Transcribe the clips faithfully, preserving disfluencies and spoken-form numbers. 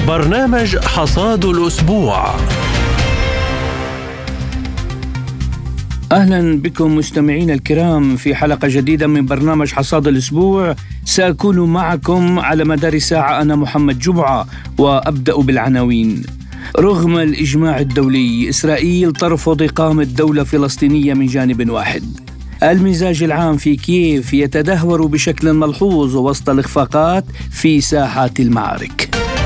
برنامج حصاد الأسبوع. أهلا بكم مستمعينا الكرام في حلقة جديدة من برنامج حصاد الأسبوع. سأكون معكم على مدار ساعة، أنا محمد جمعة، وأبدأ بالعناوين. رغم الإجماع الدولي، إسرائيل ترفض إقامة دولة فلسطينية من جانب واحد. المزاج العام في كييف يتدهور بشكل ملحوظ وسط الإخفاقات في ساحات المعارك.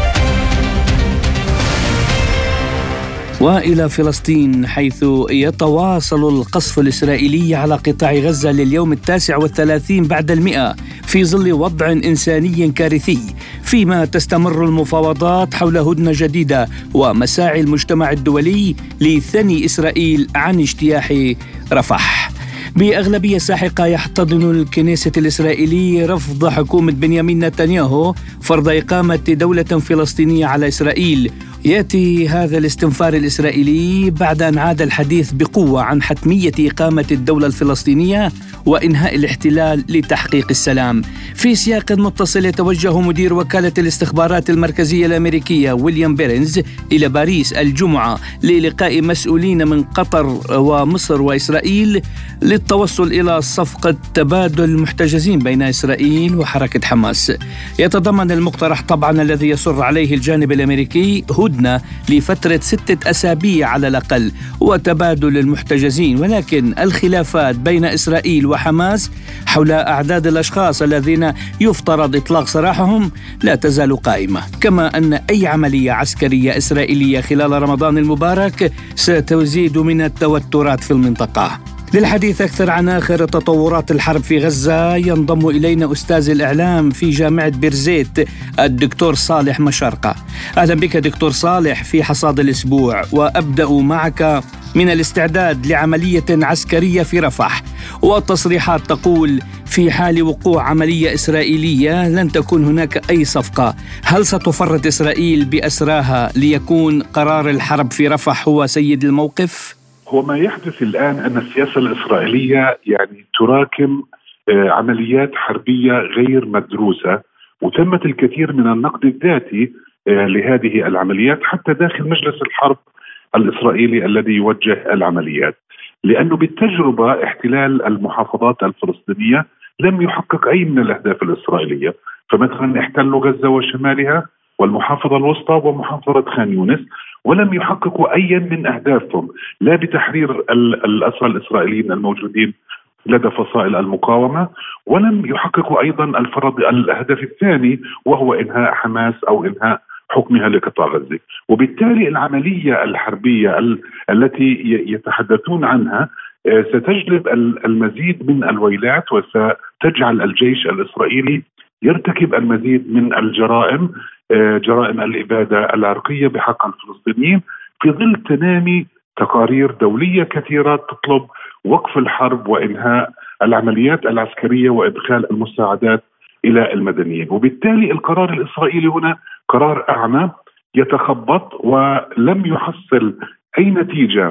وإلى فلسطين، حيث يتواصل القصف الإسرائيلي على قطاع غزة لليوم التاسع والثلاثين بعد المئة في ظل وضع إنساني كارثي، فيما تستمر المفاوضات حول هدنة جديدة ومساعي المجتمع الدولي لثني إسرائيل عن اجتياح رفح. بأغلبية ساحقة يحتضن الكنيسة الإسرائيلي رفض حكومة بنيامين نتنياهو فرض إقامة دولة فلسطينية على إسرائيل. يأتي هذا الاستنفار الإسرائيلي بعد أن عاد الحديث بقوة عن حتمية إقامة الدولة الفلسطينية وإنهاء الاحتلال لتحقيق السلام. في سياق متصل، يتوجه مدير وكالة الاستخبارات المركزية الأمريكية ويليام بيرنز إلى باريس الجمعة للقاء مسؤولين من قطر ومصر وإسرائيل للتوصل إلى صفقة تبادل المحتجزين بين إسرائيل وحركة حماس. يتضمن المقترح طبعا الذي يصر عليه الجانب الأمريكي هدنة لفترة ستة أسابيع على الأقل وتبادل المحتجزين، ولكن الخلافات بين إسرائيل وحماس حول أعداد الأشخاص الذين يفترض إطلاق سراحهم لا تزال قائمة، كما أن أي عملية عسكرية إسرائيلية خلال رمضان المبارك ستزيد من التوترات في المنطقة. للحديث أكثر عن آخر تطورات الحرب في غزة ينضم إلينا أستاذ الإعلام في جامعة بيرزيت الدكتور صالح مشارقة. أهلا بك دكتور صالح في حصاد الأسبوع، وأبدأ معك من الاستعداد لعملية عسكرية في رفح، والتصريحات تقول في حال وقوع عملية إسرائيلية لن تكون هناك أي صفقة. هل ستفرط إسرائيل بأسراها ليكون قرار الحرب في رفح هو سيد الموقف؟ هو ما يحدث الآن أن السياسة الإسرائيلية يعني تراكم عمليات حربية غير مدروسة، وتمت الكثير من النقد الذاتي لهذه العمليات حتى داخل مجلس الحرب الإسرائيلي الذي يوجه العمليات، لأنه بالتجربة احتلال المحافظات الفلسطينية لم يحقق أي من الأهداف الإسرائيلية. فمثلا احتلوا غزة وشمالها والمحافظة الوسطى ومحافظة خان يونس، ولم يحققوا أي من أهدافهم، لا بتحرير الأسرى الإسرائيليين الموجودين لدى فصائل المقاومة، ولم يحققوا أيضا الفرض الهدف الثاني وهو إنهاء حماس أو إنهاء حكمها لقطاع غزة. وبالتالي العملية الحربية ال- التي يتحدثون عنها ستجلب المزيد من الويلات، وستجعل الجيش الإسرائيلي يرتكب المزيد من الجرائم، جرائم الإبادة العرقية بحق الفلسطينيين، في ظل تنامي تقارير دولية كثيرة تطلب وقف الحرب وإنهاء العمليات العسكرية وإدخال المساعدات إلى المدنيين. وبالتالي القرار الإسرائيلي هنا قرار أعمى يتخبط ولم يحصل أي نتيجة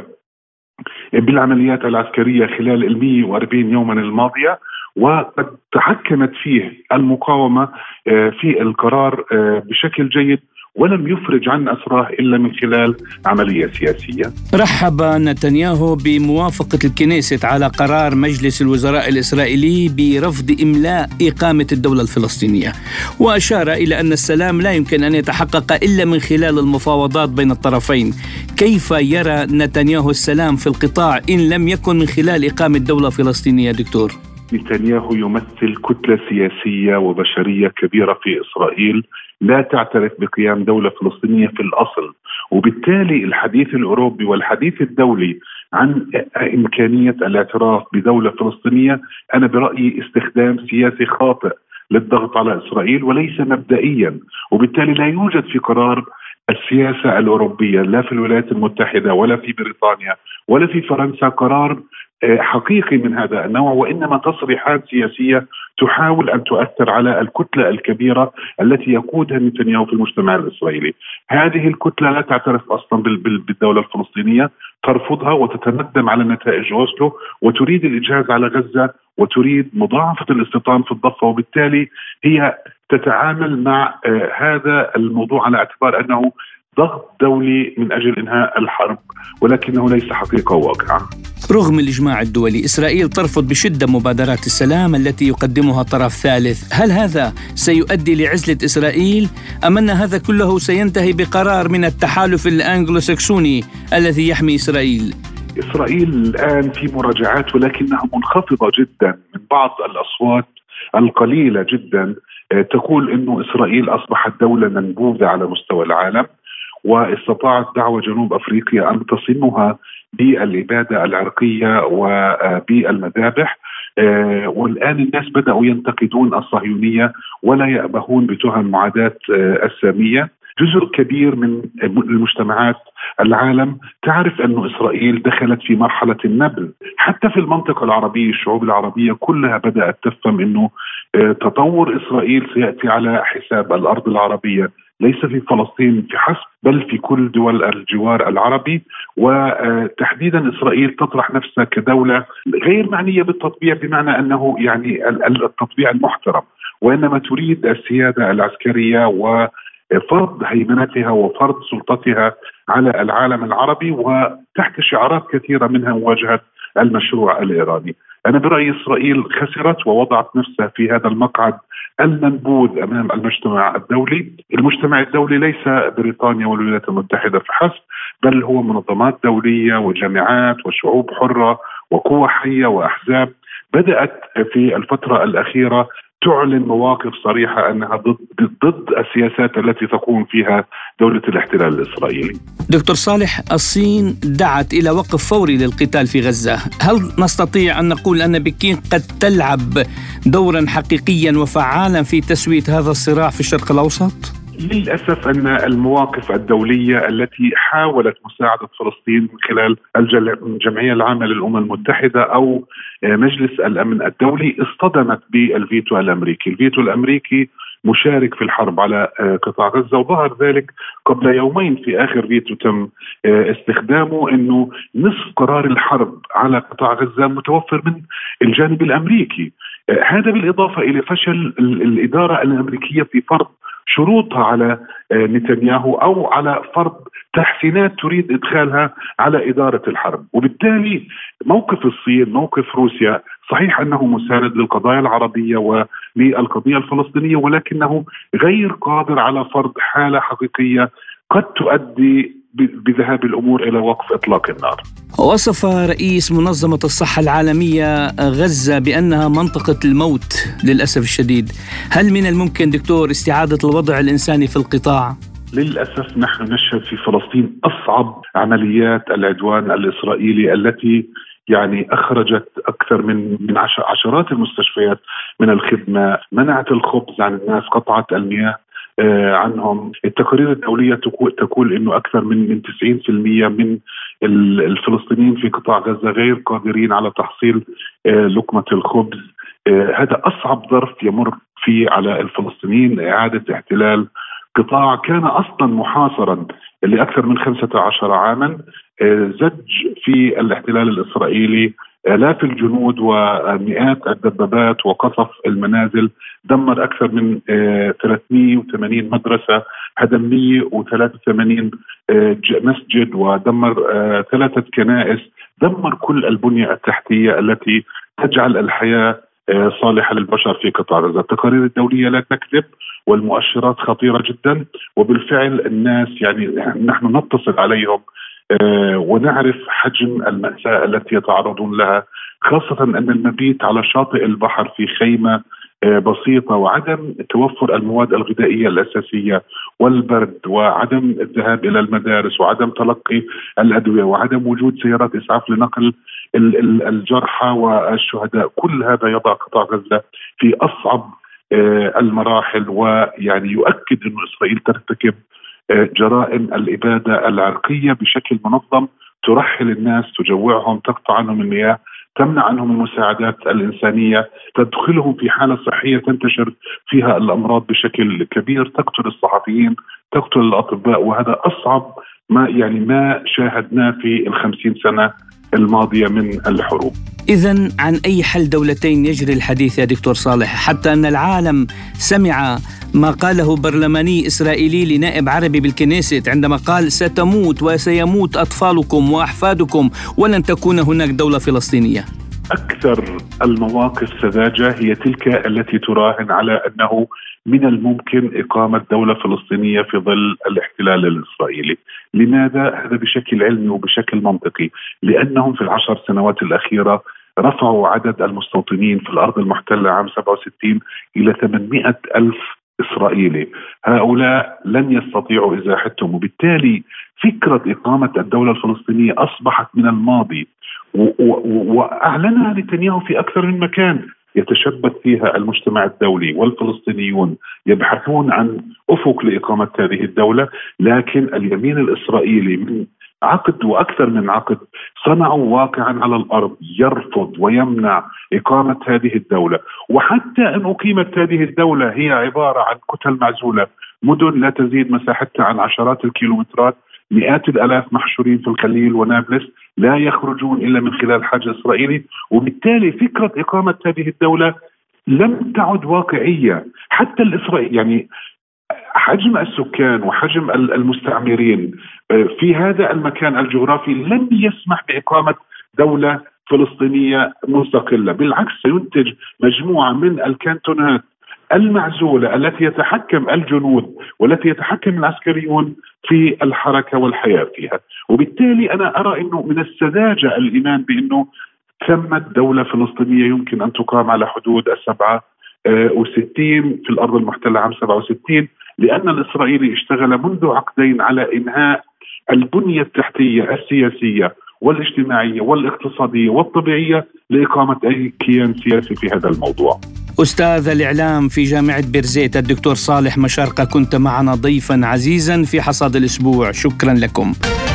بالعمليات العسكرية خلال المئة وأربعين يوما الماضية، وقد تحكمت فيه المقاومة في القرار بشكل جيد ولم يفرج عن أسراه إلا من خلال عملية سياسية. رحب نتنياهو بموافقة الكنيست على قرار مجلس الوزراء الإسرائيلي برفض إملاء إقامة الدولة الفلسطينية، وأشار إلى أن السلام لا يمكن أن يتحقق إلا من خلال المفاوضات بين الطرفين. كيف يرى نتنياهو السلام في القطاع إن لم يكن من خلال إقامة دولة فلسطينية دكتور؟ نتنياهو يمثل كتلة سياسية وبشرية كبيرة في إسرائيل لا تعترف بقيام دولة فلسطينية في الأصل، وبالتالي الحديث الأوروبي والحديث الدولي عن إمكانية الاعتراف بدولة فلسطينية أنا برأيي استخدام سياسي خاطئ للضغط على إسرائيل وليس مبدئيا. وبالتالي لا يوجد في قرار السياسة الأوروبية لا في الولايات المتحدة ولا في بريطانيا ولا في فرنسا قرار حقيقي من هذا النوع، وإنما تصريحات سياسية تحاول أن تؤثر على الكتلة الكبيرة التي يقودها نتنياهو في المجتمع الإسرائيلي. هذه الكتلة لا تعترف أصلا بالدولة الفلسطينية، ترفضها وتتندم على نتائج أوسلو وتريد الإجهاز على غزة وتريد مضاعفة الاستيطان في الضفة، وبالتالي هي تتعامل مع هذا الموضوع على اعتبار أنه ضغط دولي من أجل إنهاء الحرب، ولكنه ليس حقيقة واقعة. رغم الإجماع الدولي، إسرائيل ترفض بشدة مبادرات السلام التي يقدمها طرف ثالث. هل هذا سيؤدي لعزلة إسرائيل أم أن هذا كله سينتهي بقرار من التحالف الأنجلو ساكسوني الذي يحمي إسرائيل؟ إسرائيل الآن في مراجعات ولكنها منخفضة جدا، من بعض الأصوات القليلة جدا تقول أن إسرائيل أصبحت دولة منبوذة على مستوى العالم، واستطاعت دعوة جنوب أفريقيا أن تصمها بالإبادة العرقية وبالمذابح. والآن الناس بدأوا ينتقدون الصهيونية ولا يأبهون بتهم معاداة السامية. جزء كبير من المجتمعات العالم تعرف أن إسرائيل دخلت في مرحلة النبل. حتى في المنطقة العربية الشعوب العربية كلها بدأت تفهم أنه تطور إسرائيل سيأتي على حساب الأرض العربية، ليس في فلسطين فحسب بل في كل دول الجوار العربي. وتحديدا إسرائيل تطرح نفسها كدولة غير معنية بالتطبيع بمعنى أنه يعني التطبيع المحترم، وإنما تريد السيادة العسكرية وفرض هيمنتها وفرض سلطتها على العالم العربي، وتحت شعارات كثيرة منها مواجهة المشروع الإيراني. أنا برأيي إسرائيل خسرت ووضعت نفسها في هذا المقعد المنبوذ أمام المجتمع الدولي. المجتمع الدولي ليس بريطانيا والولايات المتحدة فحسب، بل هو منظمات دولية وجامعات وشعوب حرة وقوى حية وأحزاب بدأت في الفترة الأخيرة تعلن مواقف صريحة أنها ضد ضد السياسات التي تقوم فيها دولة الاحتلال الإسرائيلي. دكتور صالح، الصين دعت إلى وقف فوري للقتال في غزة. هل نستطيع أن نقول أن بكين قد تلعب دورا حقيقيا وفعالا في تسوية هذا الصراع في الشرق الأوسط؟ للأسف أن المواقف الدولية التي حاولت مساعدة فلسطين من خلال الجمعية العامة للأمم المتحدة أو مجلس الأمن الدولي اصطدمت بالفيتو الأمريكي. الفيتو الأمريكي مشارك في الحرب على قطاع غزة، وظهر ذلك قبل يومين في آخر فيتو تم استخدامه أنه نصف قرار الحرب على قطاع غزة متوفر من الجانب الأمريكي. هذا بالإضافة إلى فشل الإدارة الأمريكية في فرض شروطها على نتنياهو أو على فرض تحسينات تريد إدخالها على إدارة الحرب. وبالتالي موقف الصين، موقف روسيا، صحيح أنه مساند للقضايا العربية وللقضية الفلسطينية، ولكنه غير قادر على فرض حالة حقيقية قد تؤدي بذهاب الأمور إلى وقف إطلاق النار. وصف رئيس منظمة الصحة العالمية غزة بأنها منطقة الموت للأسف الشديد. هل من الممكن دكتور استعادة الوضع الإنساني في القطاع؟ للأسف نحن نشهد في فلسطين أصعب عمليات العدوان الإسرائيلي التي يعني أخرجت أكثر من من عشرات المستشفيات من الخدمة، منعت الخبز عن الناس، قطعت المياه عنهم. التقارير الدولية تقول أنه أكثر من من تسعين بالمئة من الفلسطينيين في قطاع غزة غير قادرين على تحصيل لقمة الخبز. هذا أصعب ظرف يمر فيه على الفلسطينيين، إعادة احتلال قطاع كان أصلا محاصرا لأكثر من خمسة عشر عاما، زج في الاحتلال الإسرائيلي آلاف الجنود ومئات الدبابات وقصف المنازل، دمر أكثر من ثلاثمئة وثمانين مدرسة، هدم مئة وثلاثة وثمانين مسجد، ودمر ثلاثة كنائس، دمر كل البنية التحتية التي تجعل الحياة صالحة للبشر في قطاع غزة. التقارير الدولية لا تكذب والمؤشرات خطيرة جدا، وبالفعل الناس يعني نحن نتصل عليهم ونعرف حجم المأساة التي يتعرضون لها، خاصة أن المبيت على شاطئ البحر في خيمة بسيطة، وعدم توفر المواد الغذائية الأساسية والبرد، وعدم الذهاب إلى المدارس، وعدم تلقي الأدوية، وعدم وجود سيارات إسعاف لنقل الجرحى والشهداء. كل هذا يضع قطاع غزة في أصعب المراحل، ويعني يؤكد أن إسرائيل ترتكب جرائم الإبادة العرقية بشكل منظم، ترحل الناس، تجوعهم، تقطع عنهم المياه، تمنع عنهم المساعدات الإنسانية، تدخلهم في حالة صحية تنتشر فيها الأمراض بشكل كبير، تقتل الصحفيين، تقتل الأطباء، وهذا أصعب ما يعني ما شاهدناه في الخمسين سنة الماضية من الحروب. إذن عن أي حل دولتين يجري الحديث يا دكتور صالح، حتى أن العالم سمع ما قاله برلماني إسرائيلي لنائب عربي بالكنيست عندما قال ستموت وسيموت أطفالكم وأحفادكم ولن تكون هناك دولة فلسطينية؟ أكثر المواقف سذاجة هي تلك التي تراهن على أنه من الممكن إقامة دولة فلسطينية في ظل الاحتلال الإسرائيلي. لماذا؟ هذا بشكل علمي وبشكل منطقي، لأنهم في العشر سنوات الأخيرة رفعوا عدد المستوطنين في الأرض المحتلة عام سبعة وستين إلى ثمانمائة ألف إسرائيلي. هؤلاء لن يستطيعوا إزاحتهم، وبالتالي فكرة إقامة الدولة الفلسطينية أصبحت من الماضي، وأعلنها نتنياهو في أكثر من مكان يتشبث فيها المجتمع الدولي والفلسطينيون يبحثون عن أفق لإقامة هذه الدولة. لكن اليمين الإسرائيلي من عقد وأكثر من عقد صنعوا واقعا على الأرض يرفض ويمنع إقامة هذه الدولة. وحتى أن أقيمت هذه الدولة هي عبارة عن كتل معزولة، مدن لا تزيد مساحتها عن عشرات الكيلومترات، مئات الآلاف محشورين في الخليل ونابلس لا يخرجون إلا من خلال حاج إسرائيلي. وبالتالي فكرة إقامة هذه الدولة لم تعد واقعية. حتى الإسرائيل يعني حجم السكان وحجم المستعمرين في هذا المكان الجغرافي لم يسمح بإقامة دولة فلسطينية مستقلة، بالعكس سينتج مجموعة من الكانتونات المعزولة التي يتحكم الجنود والتي يتحكم العسكريون في الحركة والحياة فيها. وبالتالي أنا أرى أنه من السذاجة الإيمان بأنه ثمة دولة فلسطينية يمكن أن تقام على حدود السبعة وستين في الأرض المحتلة عام سبعة وستين، لأن الإسرائيلي اشتغل منذ عقدين على إنهاء البنية التحتية السياسية والاجتماعية والاقتصادية والطبيعية لإقامة أي كيان سياسي في هذا الموضوع. أستاذ الإعلام في جامعة بيرزيت الدكتور صالح مشارقة، كنت معنا ضيفا عزيزا في حصاد الأسبوع، شكرا لكم.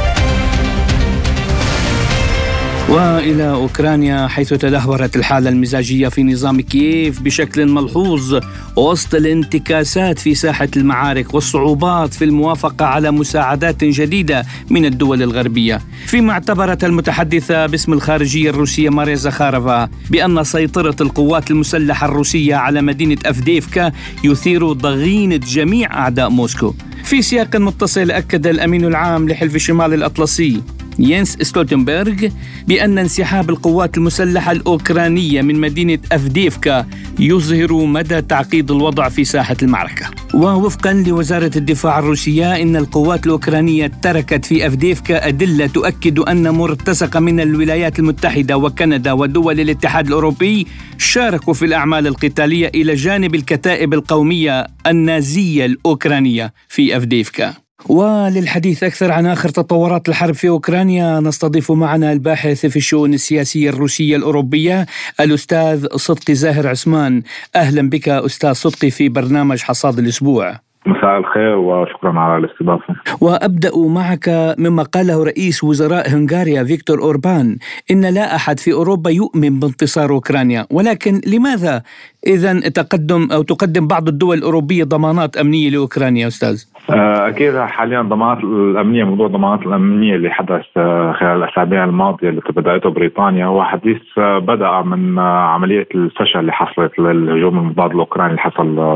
وإلى أوكرانيا، حيث تدهورت الحالة المزاجية في نظام كييف بشكل ملحوظ وسط الانتكاسات في ساحة المعارك والصعوبات في الموافقة على مساعدات جديدة من الدول الغربية، فيما اعتبرت المتحدثة باسم الخارجية الروسية ماريا زخارفا بأن سيطرة القوات المسلحة الروسية على مدينة أفديفكا يثير ضغينة جميع أعداء موسكو. في سياق متصل أكد الأمين العام لحلف الشمال الأطلسي ينس ستولتنبرغ بأن انسحاب القوات المسلحة الأوكرانية من مدينة أفديفكا يظهر مدى تعقيد الوضع في ساحة المعركة. ووفقا لوزارة الدفاع الروسية، إن القوات الأوكرانية تركت في أفديفكا أدلة تؤكد أن مرتزقة من الولايات المتحدة وكندا ودول الاتحاد الأوروبي شاركوا في الأعمال القتالية إلى جانب الكتائب القومية النازية الأوكرانية في أفديفكا. وللحديث أكثر عن آخر تطورات الحرب في أوكرانيا نستضيف معنا الباحث في الشؤون السياسية الروسية الأوروبية الأستاذ صدقي زاهر عثمان. أهلا بك أستاذ صدقي في برنامج حصاد الأسبوع. مساء الخير وشكرا على الاستضافة. وأبدأ معك مما قاله رئيس وزراء هنغاريا فيكتور أوربان، إن لا أحد في أوروبا يؤمن بانتصار أوكرانيا، ولكن لماذا إذن تقدم أو تقدم بعض الدول الأوروبية ضمانات أمنية لأوكرانيا أستاذ؟ أكيد حاليا ضمانات الأمنية، موضوع ضمانات الأمنية اللي حدث خلال الأسابيع الماضية اللي بدأته بريطانيا هو حديث بدأ من عملية الفشل اللي حصلت للهجوم المضاد الأوكراني اللي حصل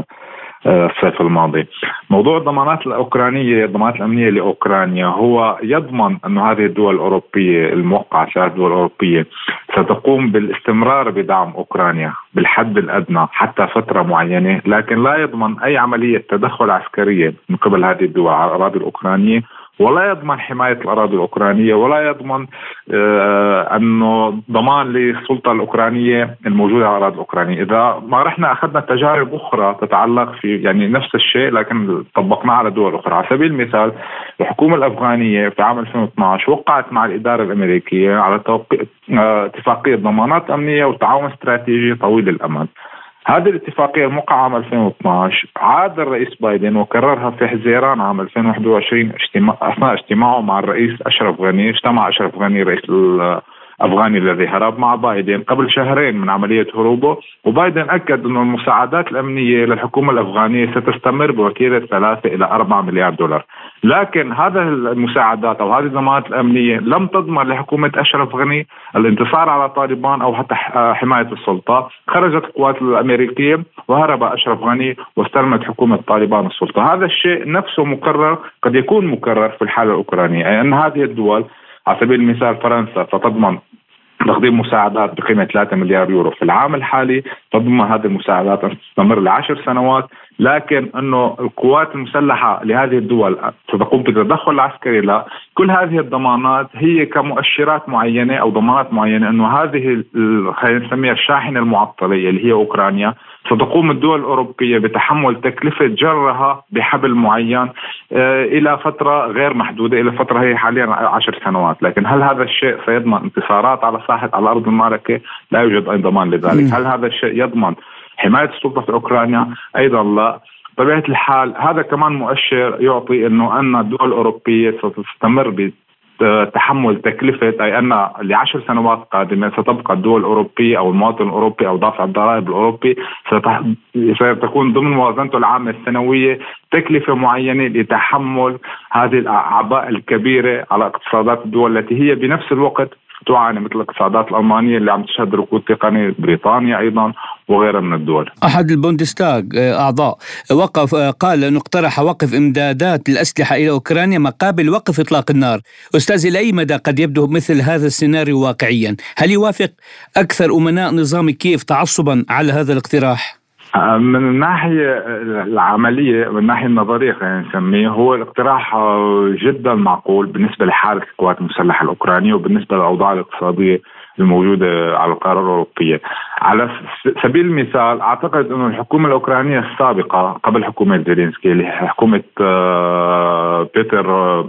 الصيف الماضي. موضوع الضمانات الأوكرانية، الضمانات الأمنية لأوكرانيا، هو يضمن أن هذه الدول الأوروبية الموقعة ثلاث دول أوروبية ستقوم بالاستمرار بدعم أوكرانيا بالحد الأدنى حتى فترة معينة، لكن لا يضمن أي عملية تدخل عسكرية من قبل هذه الدول على الأراضي الأوكرانية، ولا يضمن حماية الأراضي الأوكرانية، ولا يضمن آه أنه ضمان للسلطة الأوكرانية الموجودة على الأراضي الأوكرانية. إذا ما رحنا أخذنا تجارب أخرى تتعلق في يعني نفس الشيء لكن طبقناه على دول أخرى. على سبيل المثال الحكومة الأفغانية في عام ألفين واثني عشر وقعت مع الإدارة الأمريكية على توقيع آه اتفاقية ضمانات أمنية وتعاون استراتيجي طويل الأمد. هذه الاتفاقية الموقعة عام ألفين واثني عشر عاد الرئيس بايدن وكررها في حزيران عام ألفين وواحد وعشرين اجتماع أثناء اجتماعه مع الرئيس أشرف غني. اجتمع أشرف غني رئيس الأفغاني الذي هرب مع بايدن قبل شهرين من عملية هروبه، وبايدن أكد أن المساعدات الأمنية للحكومة الأفغانية ستستمر بوتيرة ثلاثة إلى أربعة مليار دولار. لكن هذه المساعدات أو هذه الضمانات الأمنية لم تضمن لحكومة أشرف غني الانتصار على طالبان أو حتى حماية السلطة. خرجت القوات الأمريكية وهرب أشرف غني واستلمت حكومة طالبان السلطة. هذا الشيء نفسه مكرر، قد يكون مكرر في الحالة الأوكرانية، أي أن هذه الدول على سبيل المثال فرنسا ستضمن تقديم مساعدات بقيمة ثلاثة مليار يورو في العام الحالي، تضمن هذه المساعدات أن تستمر لعشر سنوات، لكن أنه القوات المسلحة لهذه الدول ستقوم بتدخل عسكري. لا، كل هذه الضمانات هي كمؤشرات معينة أو ضمانات معينة أنه هذه خلينا نسميها الشاحنة المعطلة اللي هي أوكرانيا ستقوم الدول الأوروبية بتحمل تكلفة جرها بحبل معين إلى فترة غير محدودة، إلى فترة هي حاليا عشر سنوات. لكن هل هذا الشيء سيضمن انتصارات على ساحة على أرض المعركة؟ لا يوجد أي ضمان لذلك. هل هذا الشيء يضمن حماية السلطة في أوكرانيا؟ أيضا لا. بطبيعة الحال هذا كمان مؤشر يعطي أنه أن الدول الأوروبية ستستمر بتحمل تكلفة، أي أن لعشر سنوات قادمة ستبقى الدول الأوروبية أو المواطن الأوروبي أو دافع الضرائب الأوروبي ستكون ضمن موازنته العامة السنوية تكلفة معينة لتحمل هذه الأعباء الكبيرة على اقتصادات الدول التي هي بنفس الوقت تعاني، مثل الاقتصادات الألمانية اللي عم تشهد ركود تقني، بريطانيا أيضا وغيرها من الدول. أحد البوندستاغ أعضاء وقف قال أنه اقترح وقف إمدادات الأسلحة إلى أوكرانيا مقابل وقف إطلاق النار. أستاذ، إلى أي مدى قد يبدو مثل هذا السيناريو واقعيا؟ هل يوافق أكثر أمناء نظام كييف تعصبا على هذا الاقتراح؟ من الناحية العملية، من الناحية النظرية خلينا نسميه، هو الاقتراح جدا معقول بالنسبة لحالة القوات المسلحة الأوكرانية وبالنسبة للأوضاع الاقتصادية الموجودة على القارة الأوروبية. على سبيل المثال أعتقد أن الحكومة الأوكرانية السابقة قبل حكومة زيلينسكي اللي حكومة بيتر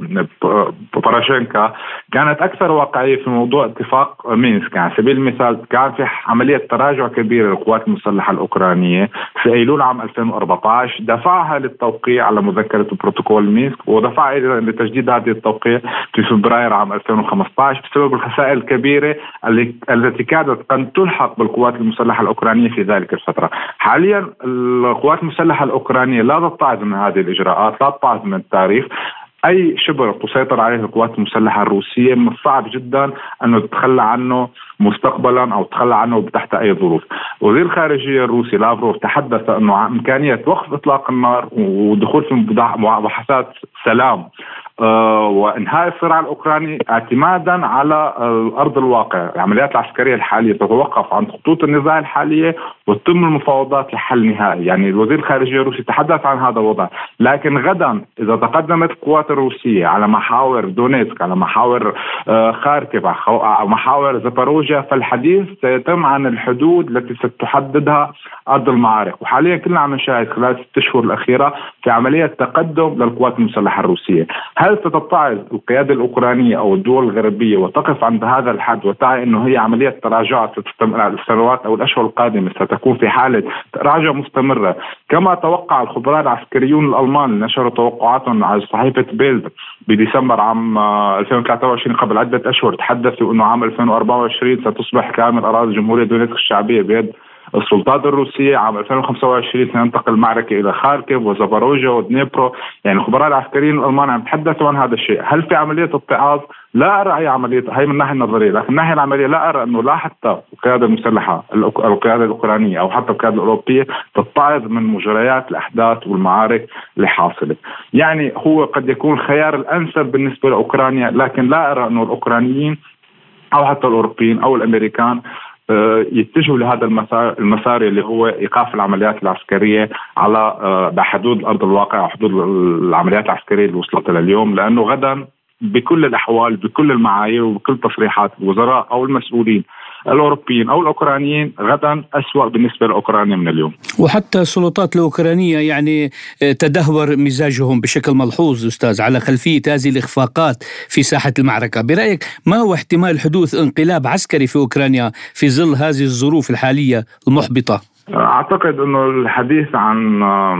بوراشينكا كانت أكثر واقعية في موضوع اتفاق مينسك. على سبيل المثال كان في عملية تراجع كبيرة للقوات المسلحة الأوكرانية في أيلول عام ألفين وأربعة عشر، دفعها للتوقيع على مذكرة بروتوكول مينسك، ودفع إلى لتجديد هذه التوقيع في فبراير عام ألفين وخمسة عشر بسبب الخسائر الكبيرة التي كادت أن تلحق بالقوات المسلحة الأوكرانية في ذلك الفترة. حاليا القوات المسلحة الأوكرانية لا تتعظ من هذه الإجراءات، لا تتعظ من التاريخ. أي شبر تسيطر عليه القوات المسلحة الروسية من الصعب جدا أنه تتخلى عنه مستقبلا أو تتخلى عنه تحت أي ظروف. وزير الخارجية الروسي لافروف تحدث أنه إمكانية وقف إطلاق النار ودخول في مباحثات سلام أه وإنهاء الصراع الأوكراني اعتمادا على أرض الواقع. العمليات العسكرية الحالية تتوقف عن خطوط النزاع الحالية وتتم المفاوضات لحل نهائي. يعني الوزير الخارجية الروسي تحدث عن هذا الوضع، لكن غدا إذا تقدمت القوات الروسية على محاور دونيتسك، على محاور أه خاركيف، على محاور زاباروجيا، فالحديث سيتم عن الحدود التي ستحددها أرض المعارك. وحاليا كلنا عم نشاهد خلال ست أشهر الأخيرة في عملية تقدم للقوات المسلحة الروسية. هل ستتعظ القيادة الأوكرانية أو الدول الغربية وتقف عند هذا الحد وتعي أنه هي عملية تراجع ستستمر على السنوات أو الأشهر القادمة، ستكون في حالة تراجع مستمرة كما توقع الخبراء العسكريون الألمان اللي نشروا توقعاتهم على صحيفة بيلد بديسمبر عام ألفين وثلاثة وعشرين قبل عدة أشهر؟ تحدثوا أنه عام ألفين وأربعة وعشرين ستصبح كامل أراضي جمهورية دونيتسك الشعبية بيد السلطات الروسية. عام ألفين وخمسة وعشرين سينتقل المعركة إلى خاركيف وزاباروجيا ودنيبرو. يعني الخبراء العسكريين الألمان عم يتحدثوا عن هذا الشيء. هل في عملية اتعاظ؟ لا أرى أي عملية، هي من الناحية النظرية، لكن من الناحية العملية لا أرى أنه لا حتى القيادة المسلحة القيادة الأوكرانية أو حتى القيادة الأوروبية تتعظ من مجريات الأحداث والمعارك اللي حاصلة. يعني هو قد يكون الخيار الأنسب بالنسبة لأوكرانيا، لكن لا أرى أنه الأوكرانيين أو حتى الأوروبيين أو الأمريكان يتجهوا لهذا المسار المسار اللي هو إيقاف العمليات العسكرية على بحدود أرض الواقع أو حدود العمليات العسكرية اللي وصلت لليوم، لأنه غدا بكل الأحوال بكل المعايير وبكل تصريحات الوزراء أو المسؤولين الأوروبيين أو الأوكرانيين غدا أسوأ بالنسبة لأوكرانيا من اليوم. وحتى السلطات الأوكرانية يعني تدهور مزاجهم بشكل ملحوظ أستاذ على خلفية هذه الإخفاقات في ساحة المعركة. برأيك ما هو احتمال حدوث انقلاب عسكري في أوكرانيا في ظل هذه الظروف الحالية المحبطة؟ أعتقد أنه الحديث عن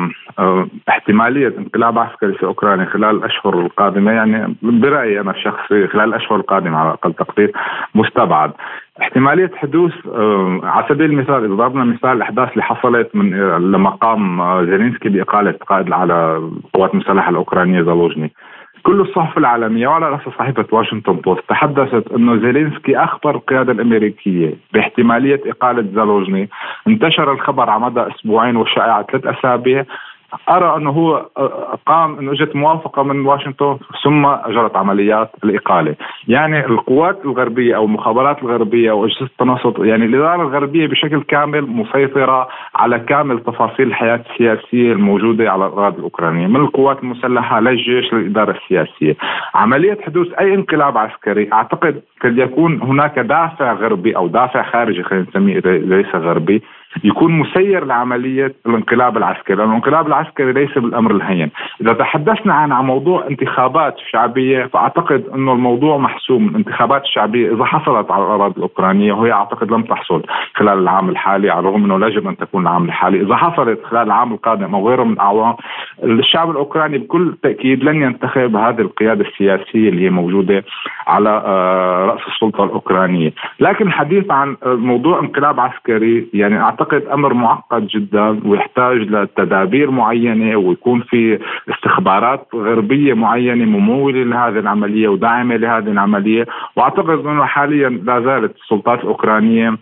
احتمالية انقلاب عسكري في أوكرانيا خلال الأشهر القادمة، يعني برأيي أنا الشخصي خلال الأشهر القادمة على أقل تقدير مستبعد. احتمالية حدوث على سبيل المثال، إذا ضربنا مثال الأحداث اللي حصلت من لما قام زيلينسكي بإقالة قائد على القوات المسلحة الأوكرانية زالوجني، كل الصحف العالمية وعلى رأس صحيفة واشنطن بوست تحدثت أنه زيلينسكي أخبر القيادة الأمريكية باحتمالية إقالة زالوجني. انتشر الخبر على مدى أسبوعين وشائع ثلاث أسابيع. أرى أنه هو قام أنه جت موافقة من واشنطن ثم أجرت عمليات الإقالة. يعني القوات الغربية أو المخابرات الغربية أو أجهزة التنصت، يعني الإدارة الغربية بشكل كامل مسيطرة على كامل تفاصيل الحياة السياسية الموجودة على الأراضي الأوكرانية، من القوات المسلحة للجيش للإدارة السياسية. عملية حدوث أي انقلاب عسكري أعتقد قد يكون هناك دافع غربي أو دافع خارجي، خلينا نسميه ليس غربي، يكون مسير لعملية الانقلاب العسكري. الانقلاب العسكري ليس بالأمر الهين. إذا تحدثنا عن موضوع انتخابات شعبية، فأعتقد أنه الموضوع محسوم. الانتخابات الشعبية إذا حصلت على الأراضي الأوكرانية، وهي أعتقد لم تحصل خلال العام الحالي، على الرغم أنه يجب أن تكون العام الحالي، إذا حصلت خلال العام القادم أو غيره من الأعوام، الشعب الأوكراني بكل تأكيد لن ينتخب هذه القيادة السياسية اللي هي موجودة على رأس السلطة الأوكرانية. لكن الحديث عن موضوع انقلاب عسكري يعني أعتقد أمر معقد جدا ويحتاج لتدابير معينة، ويكون في استخبارات غربية معينة ممولة لهذه العملية وداعمة لهذه العملية. وأعتقد أنه حاليا لا زالت السلطات الأوكرانية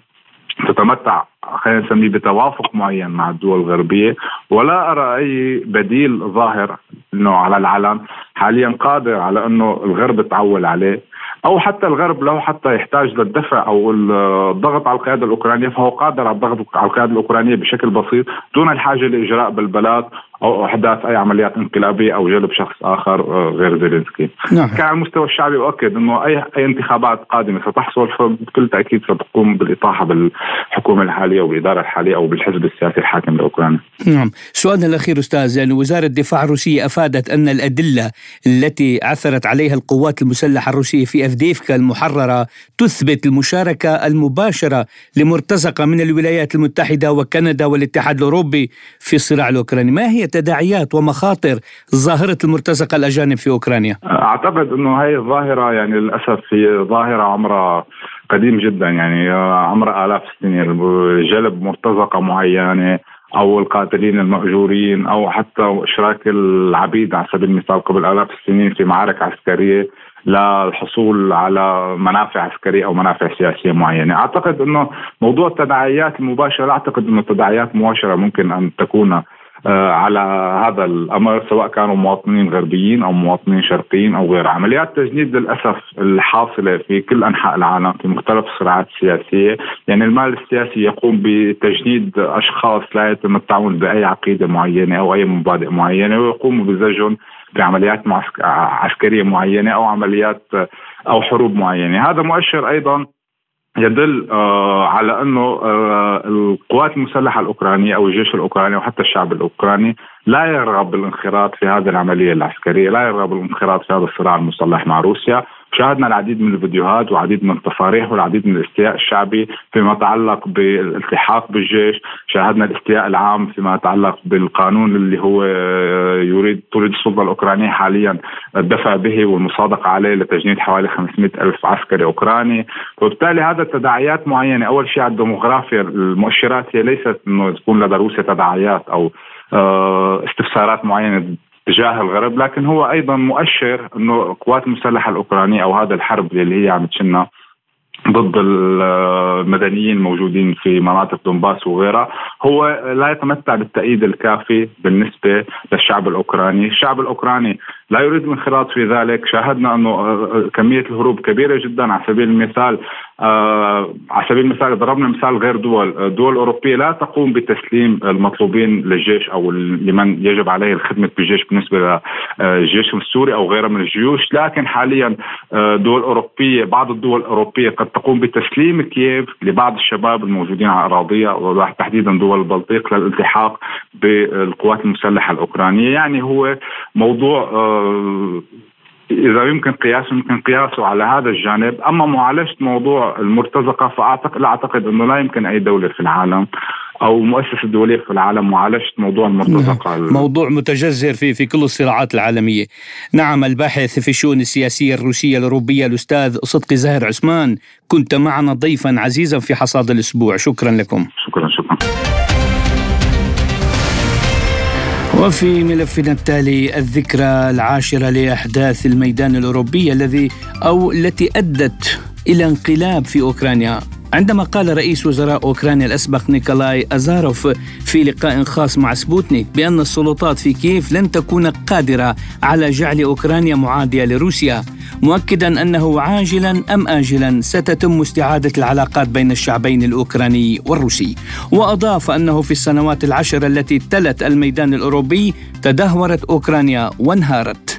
تتمتع خلينا نسميه بتوافق معين مع الدول الغربية، ولا أرى أي بديل ظاهر أنه على العلن حاليا قادر على أنه الغرب تعول عليه، أو حتى الغرب لو حتى يحتاج للدفع أو الضغط على القيادة الأوكرانية فهو قادر على الضغط على القيادة الأوكرانية بشكل بسيط دون الحاجة لإجراء بلبلات أو إحداث أي عمليات انقلابية أو جلب شخص آخر غير زيلينسكي. نعم. كان على المستوى الشعبي أؤكد أنه أي أي انتخابات قادمة ستحصل فبكل تأكيد ستقوم بالإطاحة بالحكومة الحالية والإدارة الحالية أو بالحزب السياسي الحاكم لأوكرانيا. نعم. سؤالنا الأخير أستاذ، يعني وزارة الدفاع الروسية أفادت أن الأدلة التي عثرت عليها القوات المسلحة الروسية في أفديفكا المحررة تثبت المشاركة المباشرة لمرتزقة من الولايات المتحدة وكندا والاتحاد الأوروبي في الصراع الأوكراني. ما هي تداعيات ومخاطر ظاهرة المرتزقة الأجانب في أوكرانيا؟ أعتقد أنه هاي الظاهرة يعني للأسف هي ظاهرة عمرها قديم جدا، يعني عمرها آلاف السنين. جلب مرتزقة معينة أو القاتلين المأجورين أو حتى إشراك العبيد على سبيل المثال قبل آلاف السنين في معارك عسكرية للحصول على منافع عسكرية أو منافع سياسية معينة. أعتقد أنه موضوع التداعيات المباشرة، أعتقد أنه التداعيات مباشرة ممكن أن تكون على هذا الأمر سواء كانوا مواطنين غربيين أو مواطنين شرقيين أو غير. عمليات تجنيد للأسف الحاصلة في كل أنحاء العالم في مختلف الصراعات السياسية، يعني المال السياسي يقوم بتجنيد أشخاص لا يتمتعون بأي عقيدة معينة أو أي مبادئ معينة ويقوموا بزجهم بعمليات عسكرية معينة أو عمليات أو حروب معينة. هذا مؤشر أيضا يدل آه على أنه آه القوات المسلحة الأوكرانية أو الجيش الأوكراني وحتى الشعب الأوكراني لا يرغب بالانخراط في هذه العملية العسكرية، لا يرغب بالانخراط في هذا الصراع المسلح مع روسيا. شاهدنا العديد من الفيديوهات والعديد من التصاريح والعديد من الاستياء الشعبي فيما يتعلق بالالتحاق بالجيش. شاهدنا الاستياء العام فيما يتعلق بالقانون اللي هو يريد تريد السلطة الأوكرانية حاليا الدفع به والمصادقة عليه لتجنيد حوالي خمسمائة ألف عسكري أوكراني. وبالتالي هذا تداعيات معينة. أول شيء على الديموغرافيا، المؤشرات هي ليست أنه تكون لدى روسيا تداعيات أو استفسارات معينة تجاه الغرب، لكن هو أيضا مؤشر أنه القوات المسلحة الأوكرانية أو هذا الحرب اللي هي عم تشنها ضد المدنيين الموجودين في مناطق دونباس وغيرها هو لا يتمتع بالتأييد الكافي بالنسبة للشعب الأوكراني. الشعب الأوكراني لا يريد الانخراط في ذلك. شاهدنا أنه كمية الهروب كبيرة جدا. على سبيل المثال آه على سبيل المثال ضربنا مثال غير دول الدول الأوروبية لا تقوم بتسليم المطلوبين للجيش أو لمن يجب عليه الخدمة بالجيش بالنسبة للجيش السوري أو غيره من الجيوش، لكن حاليا دول أوروبية بعض الدول الأوروبية قد تقوم بتسليم كييف لبعض الشباب الموجودين على أراضيها وتحديدا دول البلطيق للالتحاق بالقوات المسلحة الأوكرانية. يعني هو موضوع آه إذا يمكن قياسه يمكن قياسه على هذا الجانب. أما معالجة موضوع المرتزقة فأعتقد لا أعتقد أنه لا يمكن أي دولة في العالم أو مؤسسة دولية في العالم معالجة موضوع المرتزقة. موضوع متجذر في في كل الصراعات العالمية. نعم، الباحث في الشؤون السياسية الروسية الأوروبية الأستاذ صدقي زاهر عثمان، كنت معنا ضيفا عزيزا في حصاد الأسبوع. شكرا لكم. شكرا شكرا. وفي ملفنا التالي الذكرى العاشرة لأحداث الميدان الأوروبي الذي أو التي أدت إلى انقلاب في أوكرانيا، عندما قال رئيس وزراء أوكرانيا الأسبق نيكولاي أزاروف في لقاء خاص مع سبوتنيك بأن السلطات في كييف لن تكون قادرة على جعل أوكرانيا معادية لروسيا، مؤكدا أنه عاجلا أم آجلا ستتم استعادة العلاقات بين الشعبين الأوكراني والروسي. وأضاف أنه في السنوات العشر التي تلت الميدان الأوروبي تدهورت أوكرانيا وانهارت.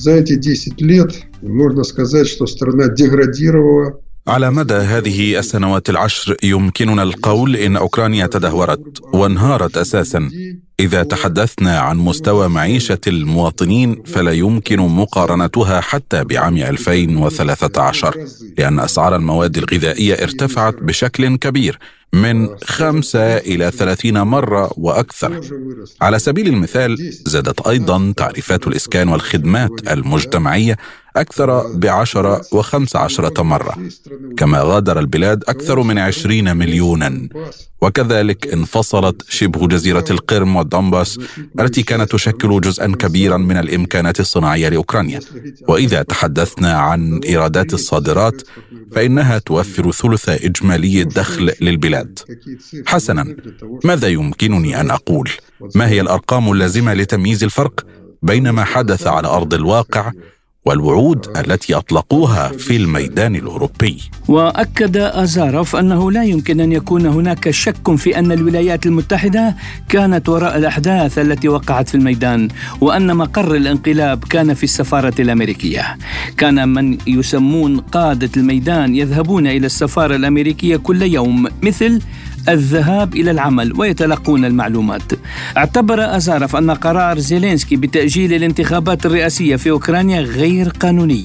على مدى هذه السنوات العشر يمكننا القول إن أوكرانيا تدهورت وانهارت أساساً. إذا تحدثنا عن مستوى معيشة المواطنين فلا يمكن مقارنتها حتى بعام ألفين وثلاثة عشر، لأن أسعار المواد الغذائية ارتفعت بشكل كبير من خمسة إلى ثلاثين مرة وأكثر. على سبيل المثال، زادت أيضا تعريفات الإسكان والخدمات المجتمعية أكثر بعشرة وخمس عشرة مرة، كما غادر البلاد أكثر من عشرين مليونا. وكذلك انفصلت شبه جزيرة القرم والدنباس التي كانت تشكل جزءا كبيرا من الإمكانات الصناعية لأوكرانيا. وإذا تحدثنا عن إيرادات الصادرات فإنها توفر ثلث إجمالي الدخل للبلاد. حسنا، ماذا يمكنني أن أقول؟ ما هي الأرقام اللازمة لتمييز الفرق بين ما حدث على أرض الواقع والوعود التي أطلقوها في الميدان الأوروبي؟ وأكد أزاروف أنه لا يمكن أن يكون هناك شك في أن الولايات المتحدة كانت وراء الأحداث التي وقعت في الميدان، وأن مقر الانقلاب كان في السفارة الأمريكية. كان من يسمون قادة الميدان يذهبون إلى السفارة الأمريكية كل يوم مثل الذهاب إلى العمل ويتلقون المعلومات. اعتبر أزاروف أن قرار زيلينسكي بتأجيل الانتخابات الرئاسية في أوكرانيا غير قانوني.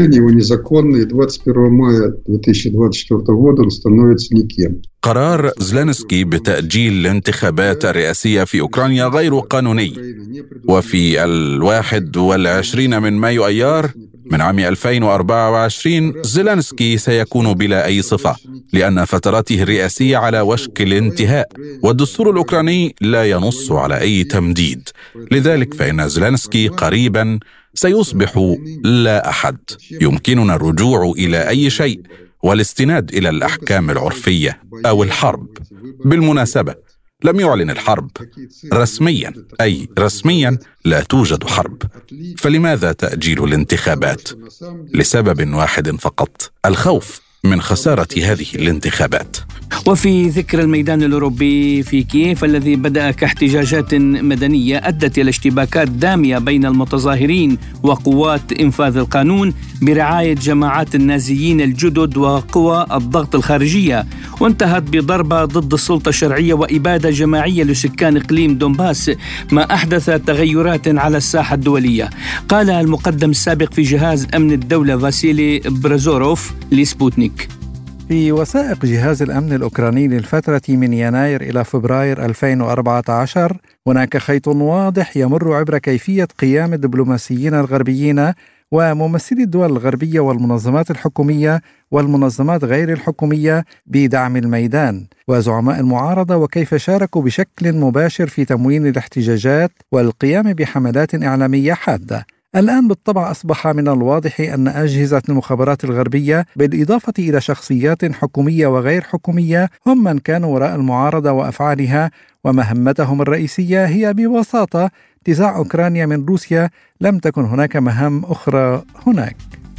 قرار زيلينسكي بتأجيل الانتخابات الرئاسية في أوكرانيا غير قانوني. وفي الواحد والعشرين من مايو أيار من عام ألفين وأربعة وعشرين زيلينسكي سيكون بلا أي صفة، لأن فتراته الرئاسية على وشك الانتهاء، والدستور الأوكراني لا ينص على أي تمديد. لذلك فإن زيلينسكي قريبا سيصبح لا أحد. يمكننا الرجوع إلى أي شيء والاستناد إلى الأحكام العرفية أو الحرب. بالمناسبة، لم يعلن الحرب رسميا، أي رسميا لا توجد حرب. فلماذا تأجيل الانتخابات؟ لسبب واحد فقط: الخوف من خسارة هذه الانتخابات. وفي ذكر الميدان الأوروبي في كييف الذي بدأ كاحتجاجات مدنية أدت إلى اشتباكات دامية بين المتظاهرين وقوات إنفاذ القانون برعاية جماعات النازيين الجدد وقوى الضغط الخارجية، وانتهت بضربة ضد السلطة الشرعية وإبادة جماعية لسكان إقليم دونباس، ما أحدث تغيرات على الساحة الدولية. قال المقدم السابق في جهاز أمن الدولة فاسيلي برازوروف لسبوتنيك: في وثائق جهاز الأمن الأوكراني للفترة من يناير إلى فبراير ألفين وأربعة عشر هناك خيط واضح يمر عبر كيفية قيام الدبلوماسيين الغربيين وممثلي الدول الغربية والمنظمات الحكومية والمنظمات غير الحكومية بدعم الميدان وزعماء المعارضة، وكيف شاركوا بشكل مباشر في تموين الاحتجاجات والقيام بحملات إعلامية حادة. الآن بالطبع أصبح من الواضح أن أجهزة المخابرات الغربية بالإضافة إلى شخصيات حكومية وغير حكومية هم من كانوا وراء المعارضة وأفعالها، ومهمتهم الرئيسية هي ببساطة انتزاع أوكرانيا من روسيا. لم تكن هناك مهام أخرى هناك.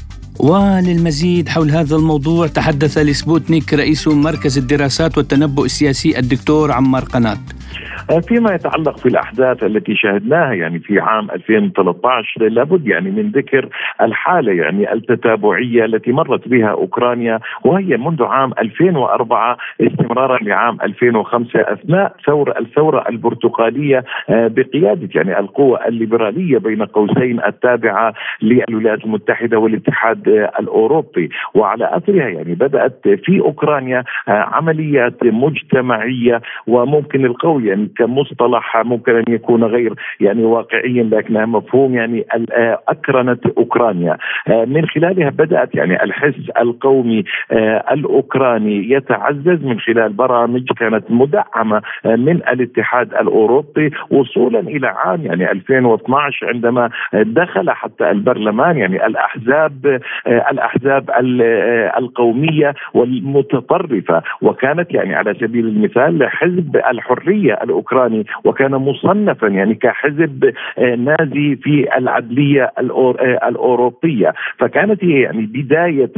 وللمزيد حول هذا الموضوع تحدث لسبوتنيك رئيس مركز الدراسات والتنبؤ السياسي الدكتور عمار قنات. فيما يتعلق في الأحداث التي شاهدناها يعني في عام ألفين وثلاثة عشر، لابد يعني من ذكر الحالة يعني التتابعية التي مرت بها أوكرانيا، وهي منذ عام ألفين وأربعة استمرارا لعام ألفين وخمسة أثناء ثورة الثورة البرتقالية بقيادة يعني القوى الليبرالية بين قوسين التابعة للولايات المتحدة والاتحاد الأوروبي. وعلى أثرها يعني بدأت في أوكرانيا عمليات مجتمعية، وممكن القول يعني كمصطلح ممكن أن يكون غير يعني واقعيا لكنها مفهوم يعني أكرنت أوكرانيا. من خلالها بدأت يعني الحس القومي الأوكراني يتعزز من خلال برامج كانت مدعمة من الاتحاد الأوروبي، وصولا إلى عام يعني ألفين واثني عشر عندما دخل حتى البرلمان يعني الأحزاب الأحزاب القومية والمتطرفة، وكانت يعني على سبيل المثال حزب الحرية الأوكراني، وكان مصنفا يعني كحزب نازي في العدلية الأوروبية. فكانت هي يعني بداية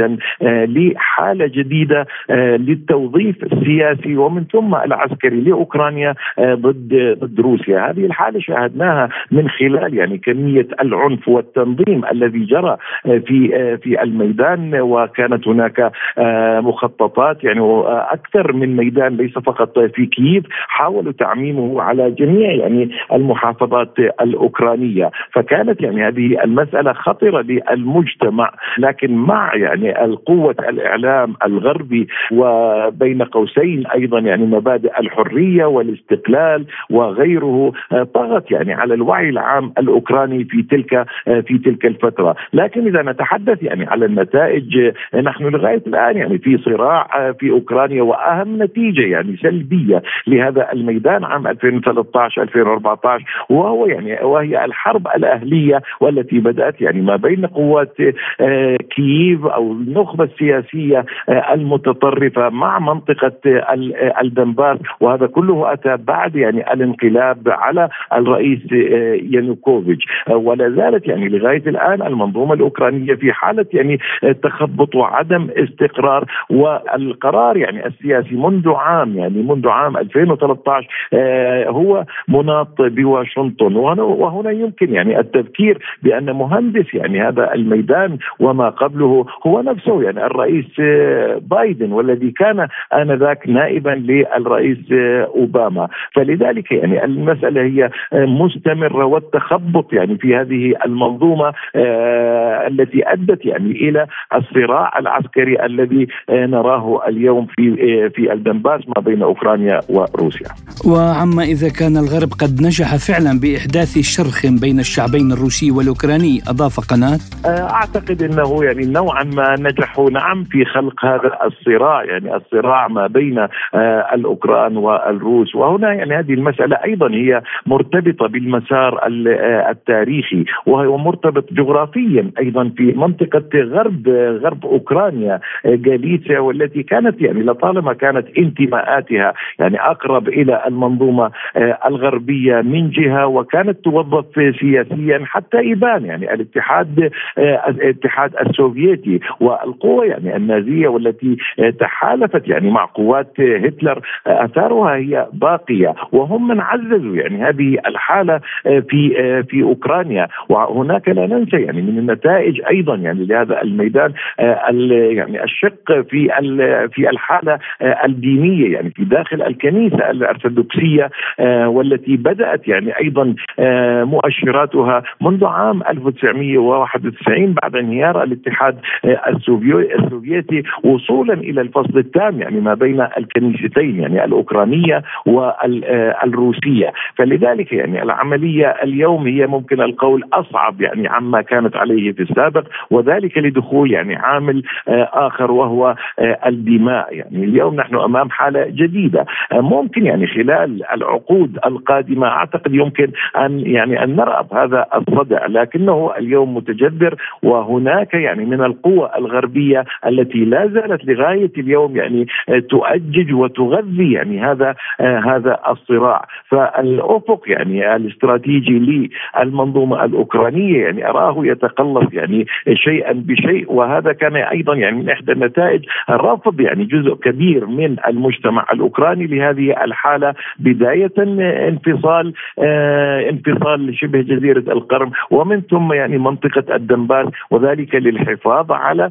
لحالة جديدة للتوظيف السياسي ومن ثم العسكري لأوكرانيا ضد ضد روسيا. هذه الحالة شاهدناها من خلال يعني كمية العنف والتنظيم الذي جرى في في الميدان، وكانت هناك مخططات يعني أكثر من ميدان ليس فقط في كييف، حاولوا تعميمه على جميع يعني المحافظات الأوكرانية. فكانت يعني هذه المسألة خطرة للمجتمع، لكن مع يعني القوة الإعلام الغربي وبين قوسين أيضا يعني مبادئ الحرية والاستقلال وغيره طغت يعني على الوعي العام الأوكراني في تلك في تلك الفترة. لكن إذا نتحدث يعني على النتائج، نحن لغاية الآن يعني في صراع في أوكرانيا، وأهم نتيجة يعني سلبية لهذا الميدان عام ألفين وثلاثة عشر ألفين وأربعة عشر وهو يعني وهي الحرب الأهلية والتي بدأت يعني ما بين قوات كييف أو النخبة السياسية المتطرفة مع منطقة الدنباس، وهذا كله أتى بعد يعني الانقلاب على الرئيس يانوكوفيتش. ولا زالت يعني لغاية الآن المنظومة الأوكرانية في حالة يعني تخبط وعدم استقرار، والقرار يعني السياسي منذ عام يعني منذ عام ألفين وثلاثة عشر هو مناط بواشنطن. وهنا يمكن يعني التذكير بأن مهندس يعني هذا الميدان وما قبله هو نفسه يعني الرئيس بايدن، والذي كان آنذاك نائبا للرئيس أوباما. فلذلك يعني المسألة هي مستمرة، والتخبط يعني في هذه المنظومة التي أدت يعني إلى الصراع العسكري الذي نراه اليوم في في الدنباس ما بين أوكرانيا وروسيا. وعما إذا كان الغرب قد نجح فعلا بإحداث شرخ بين الشعبين الروسي والأوكراني، أضاف قناة: أعتقد أنه يعني نوعا ما نجحوا نعم في خلق هذا الصراع، يعني الصراع ما بين الأوكران والروس. وهنا يعني هذه المسألة أيضا هي مرتبطة بالمسار التاريخي، وهو مرتبط جغرافيا أيضا في منطقة غرب غرب أوكرانيا غاليتسيا، والتي كانت يعني لطالما كانت انتماءاتها يعني أقرب إلى المنظومة الغربية من جهة، وكانت توظف سياسيا حتى يبان يعني الاتحاد الاتحاد السوفيتي والقوى يعني النازية والتي تحالفت يعني مع قوات هتلر، أثارها هي باقية، وهم من عززوا يعني هذه الحالة في في أوكرانيا. وهناك لا ننسى يعني من النتائج أيضا يعني لهذا الميدان يعني الشق في في الحالة الدينية يعني في داخل الكنيسة الأرثوذكسية، والتي بدأت يعني أيضا مؤشراتها منذ عام ألف وتسعمئة وواحد وتسعين بعد انهيار الاتحاد السوفيتي، وصولا إلى الفصل التام يعني ما بين الكنيستين يعني الأوكرانية والروسية. فلذلك يعني العملية اليوم هي ممكن القول أصعب يعني عما كانت عليه في السابق، وذلك لدخول يعني عامل آخر وهو الدماء. يعني اليوم نحن أمام حالة جديدة، ممكن يعني خلال العقود القادمة أعتقد يمكن أن يعني أن نرى هذا الصدع، لكنه اليوم متجذر، وهناك يعني من القوى الغربية التي لا زالت لغاية اليوم يعني تؤجج وتغذي يعني هذا هذا الصراع. فالأفق يعني الاستراتيجي للمنظومة الأوكرانية يعني أراه يتقلص يعني شيئا بشيء، وهذا كان أيضا يعني من إحدى النتائج رفض يعني جزء كبير من المجتمع الأوكراني لهذه الحالة بداية انفصال انفصال شبه جزيرة القرم ومن ثم يعني منطقة الدنباس، وذلك للحفاظ على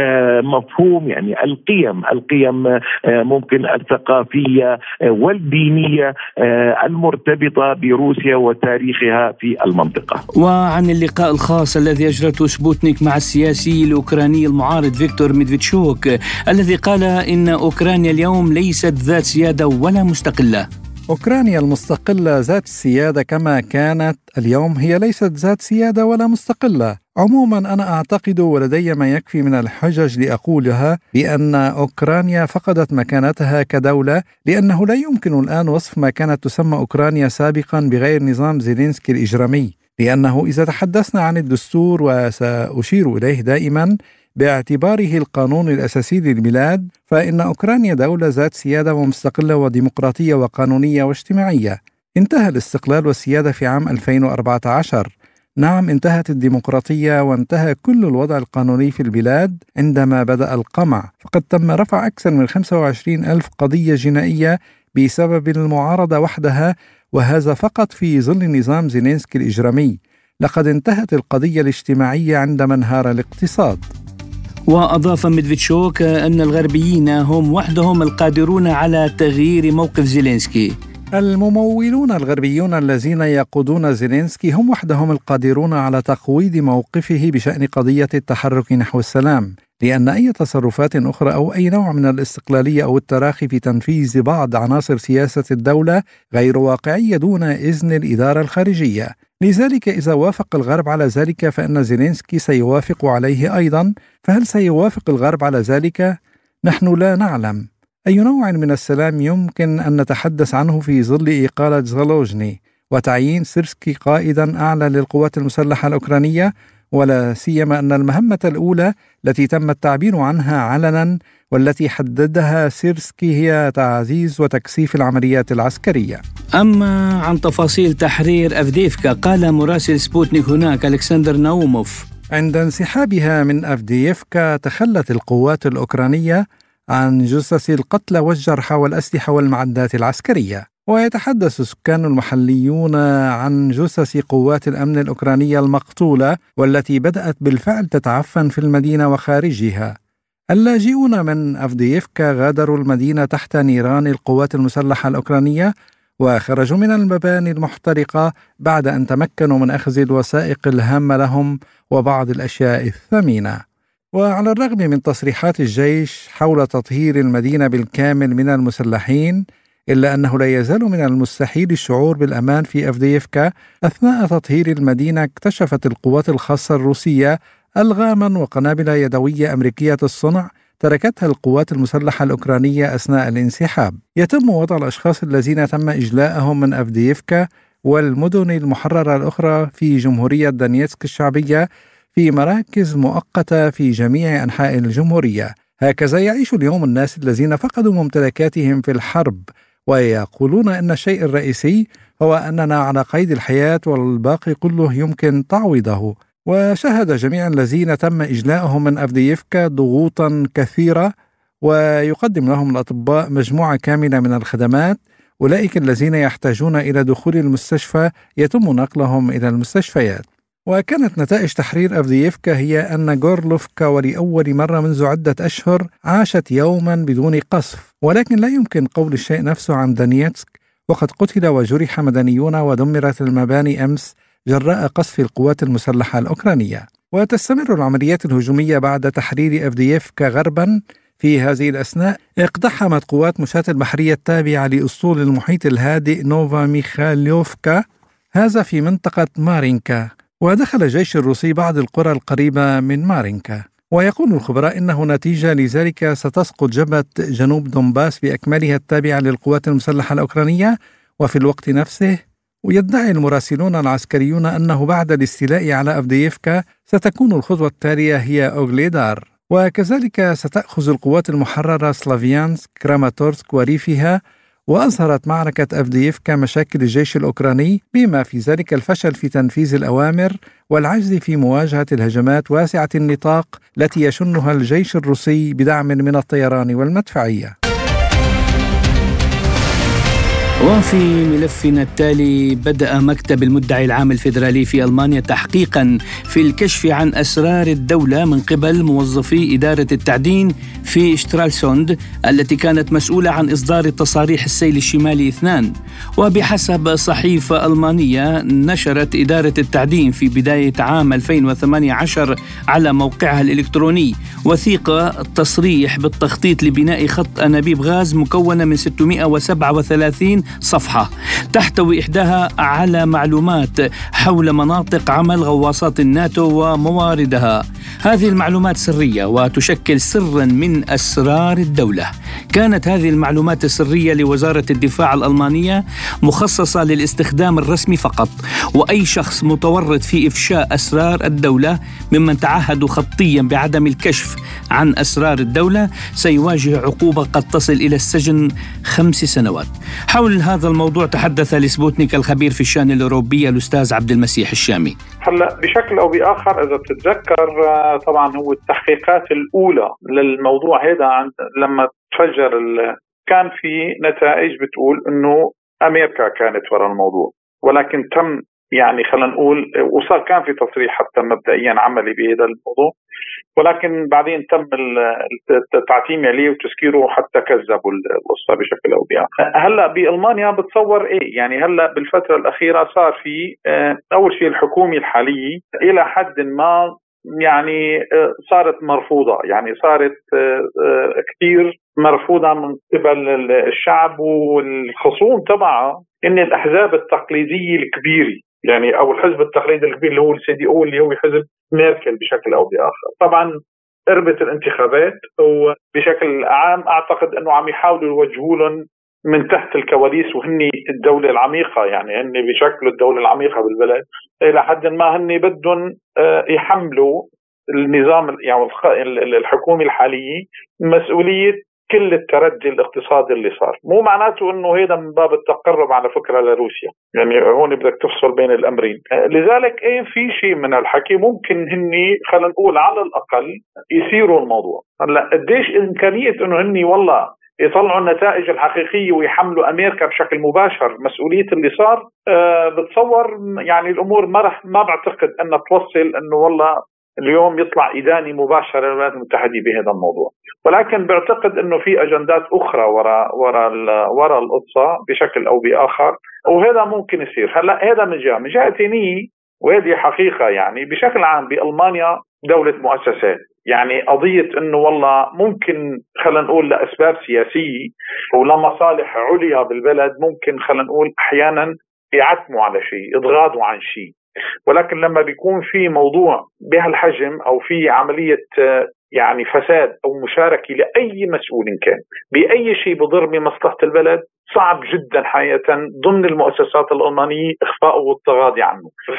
مفهوم يعني القيم القيم ممكن الثقافية والدينية المرتبطة بروسيا وتاريخها في المنطقة. وعن اللقاء الخاص الذي أجرته سبوتنيك مع السياسي الأوكراني المعارض فيكتور ميدفيتشوك الذي قال إن أوكرانيا اليوم ليست ذات سيادة ولا مستقلة. أوكرانيا المستقلة ذات السيادة كما كانت اليوم هي ليست ذات سيادة ولا مستقلة. عموما أنا أعتقد ولدي ما يكفي من الحجج لأقولها بأن أوكرانيا فقدت مكانتها كدولة، لأنه لا يمكن الآن وصف ما كانت تسمى أوكرانيا سابقا بغير نظام زيلينسكي الإجرامي، لأنه إذا تحدثنا عن الدستور وسأشير إليه دائما باعتباره القانون الأساسي للبلاد، فإن أوكرانيا دولة ذات سيادة ومستقلة وديمقراطية وقانونية واجتماعية. انتهى الاستقلال والسيادة في عام ألفين وأربعة عشر. نعم، انتهت الديمقراطية وانتهى كل الوضع القانوني في البلاد عندما بدأ القمع، فقد تم رفع أكثر من خمسة وعشرين ألف قضية جنائية بسبب المعارضة وحدها، وهذا فقط في ظل نظام زيلينسكي الإجرامي. لقد انتهت القضية الاجتماعية عندما انهار الاقتصاد. وأضاف ميدفيتشوك أن الغربيين هم وحدهم القادرون على تغيير موقف زيلينسكي. الممولون الغربيون الذين يقودون زيلينسكي هم وحدهم القادرون على تقويض موقفه بشأن قضية التحرك نحو السلام، لأن أي تصرفات أخرى أو أي نوع من الاستقلالية أو التراخي في تنفيذ بعض عناصر سياسة الدولة غير واقعية دون إذن الإدارة الخارجية. لذلك إذا وافق الغرب على ذلك فإن زيلينسكي سيوافق عليه أيضا. فهل سيوافق الغرب على ذلك؟ نحن لا نعلم. أي نوع من السلام يمكن أن نتحدث عنه في ظل إقالة زالوجني وتعيين سيرسكي قائدا أعلى للقوات المسلحة الأوكرانية، ولا سيما أن المهمة الأولى التي تم التعبير عنها علنا والتي حددها سيرسكي هي تعزيز وتكثيف العمليات العسكرية. أما عن تفاصيل تحرير أفديفكا قال مراسل سبوتنيك هناك ألكسندر ناوموف: عند انسحابها من أفديفكا تخلت القوات الأوكرانية عن جثث القتلى والجرحى والأسلحة والمعدات العسكرية، ويتحدث السكان المحليون عن جثث قوات الأمن الأوكرانية المقتولة والتي بدأت بالفعل تتعفن في المدينة وخارجها. اللاجئون من أفديفكا غادروا المدينة تحت نيران القوات المسلحة الأوكرانية وخرجوا من المباني المحترقة بعد أن تمكنوا من أخذ الوثائق الهامة لهم وبعض الأشياء الثمينة. وعلى الرغم من تصريحات الجيش حول تطهير المدينة بالكامل من المسلحين، إلا أنه لا يزال من المستحيل الشعور بالأمان في أفديفكا. أثناء تطهير المدينة اكتشفت القوات الخاصة الروسية ألغاما وقنابل يدوية أمريكية الصنع تركتها القوات المسلحة الأوكرانية أثناء الانسحاب. يتم وضع الأشخاص الذين تم إجلاءهم من أفديفكا والمدن المحررة الأخرى في جمهورية دونيتسك الشعبية في مراكز مؤقتة في جميع أنحاء الجمهورية. هكذا يعيش اليوم الناس الذين فقدوا ممتلكاتهم في الحرب، ويقولون أن الشيء الرئيسي هو أننا على قيد الحياة والباقي كله يمكن تعويضه. وشهد جميع الذين تم إجلاءهم من أفديفكا ضغوطا كثيرة، ويقدم لهم الأطباء مجموعة كاملة من الخدمات. أولئك الذين يحتاجون إلى دخول المستشفى يتم نقلهم إلى المستشفيات. وكانت نتائج تحرير أفديفكا هي أن غورلوفكا ولأول مرة منذ عدة أشهر عاشت يوما بدون قصف، ولكن لا يمكن قول الشيء نفسه عن دونيتسك، وقد قتل وجرح مدنيون ودمرت المباني أمس جراء قصف القوات المسلحة الأوكرانية. وتستمر العمليات الهجومية بعد تحرير أفديفكا غربا. في هذه الأثناء اقتحمت قوات مشاة البحرية التابعة لأسطول المحيط الهادئ نوفا ميخاليوفكا، هذا في منطقة مارينكا، ودخل الجيش الروسي بعض القرى القريبة من مارينكا. ويقول الخبراء إنه نتيجة لذلك ستسقط جبهة جنوب دونباس بأكملها التابعة للقوات المسلحة الأوكرانية. وفي الوقت نفسه ويدعي المراسلون العسكريون أنه بعد الاستيلاء على أفديفكا ستكون الخطوة التالية هي أوغليدار، وكذلك ستأخذ القوات المحررة سلافيانسك كراماتورسك وريفها. وأظهرت معركة أفديفكا مشاكل الجيش الأوكراني، بما في ذلك الفشل في تنفيذ الأوامر والعجز في مواجهة الهجمات واسعة النطاق التي يشنها الجيش الروسي بدعم من الطيران والمدفعية. وفي ملفنا التالي، بدأ مكتب المدعي العام الفيدرالي في ألمانيا تحقيقا في الكشف عن أسرار الدولة من قبل موظفي إدارة التعدين في شترالسوند التي كانت مسؤولة عن إصدار تصاريح السيل الشمالي اثنان. وبحسب صحيفة ألمانية نشرت إدارة التعدين في بداية عام ألفين وثمانية عشر على موقعها الإلكتروني وثيقة تصريح بالتخطيط لبناء خط أنابيب غاز مكونة من ستمائة وسبعة وثلاثين صفحة تحتوي إحداها على معلومات حول مناطق عمل غواصات الناتو ومواردها. هذه المعلومات سرية وتشكل سرا من أسرار الدولة. كانت هذه المعلومات السرية لوزارة الدفاع الألمانية مخصصة للاستخدام الرسمي فقط، وأي شخص متورط في إفشاء أسرار الدولة ممن تعهدوا خطيا بعدم الكشف عن أسرار الدولة سيواجه عقوبة قد تصل إلى السجن خمس سنوات. حول هذا الموضوع تحدث لسبوتنيك الخبير في الشأن الأوروبي الأستاذ عبد المسيح الشامي. هلا بشكل أو بآخر إذا تتذكر طبعا هو التحقيقات الأولى للموضوع هذا لما تفجر كان في نتائج بتقول إنه أمريكا كانت وراء الموضوع، ولكن تم يعني خلينا نقول وصار كان في تصريح حتى مبدئيا عملي بهذا الموضوع، ولكن بعدين تم التعتيم عليه وتسكيره حتى كذبوا القصة بشكل أو بآخر. هلا بألمانيا بتصور إيه يعني هلا بالفترة الأخيرة صار في أول شيء الحكومة الحالية إلى حد ما يعني صارت مرفوضة، يعني صارت كثير مرفوضة من قبل الشعب والخصوم تبعها. إن الأحزاب التقليدية الكبيرة يعني أو الحزب التقليدي الكبير اللي هو السي دي أو اللي هو حزب ميركل بشكل أو بآخر طبعا قربت الانتخابات، وبشكل عام أعتقد أنه عم يحاولوا يوجهوا لهم من تحت الكواليس وهن الدولة العميقة، يعني هن بشكل الدولة العميقة بالبلد إلى حد ما هن بدهم يحملوا النظام يعني الحكومة الحالية مسؤولية كل التردي الاقتصادي اللي صار. مو معناته انه هذا من باب التقرب على فكرة لروسيا، يعني هون بدك تفصل بين الامرين. لذلك ايه في شيء من الحكي ممكن هني خلينا نقول على الاقل يثيروا الموضوع. هلا قديش امكانية انه هني والله يطلعوا النتائج الحقيقية ويحملوا أمريكا بشكل مباشر مسؤولية اللي صار؟ أه بتصور يعني الأمور ما رح ما بعتقد أن توصل أنه والله اليوم يطلع إداني مباشرة للولايات المتحدة بهذا الموضوع، ولكن بعتقد أنه في أجندات أخرى وراء وراء وراء القصة بشكل أو بآخر، وهذا ممكن يصير. هلا هذا من جهة، من جهة ثانية وهذه حقيقة يعني بشكل عام بألمانيا دولة مؤسسات، يعني قضية انه والله ممكن خلينا نقول لأسباب سياسية ولمصالح عليا بالبلد ممكن خلينا نقول احيانا يعتموا على شيء يتغاضوا عن شيء، ولكن لما بيكون في موضوع بهالحجم او في عملية يعني فساد او مشاركة لأي مسؤول كان بأي شيء بضر بمصلحة البلد صعب جدا حقيقة ضمن المؤسسات الألمانية إخفاءه والتغاضي عنه.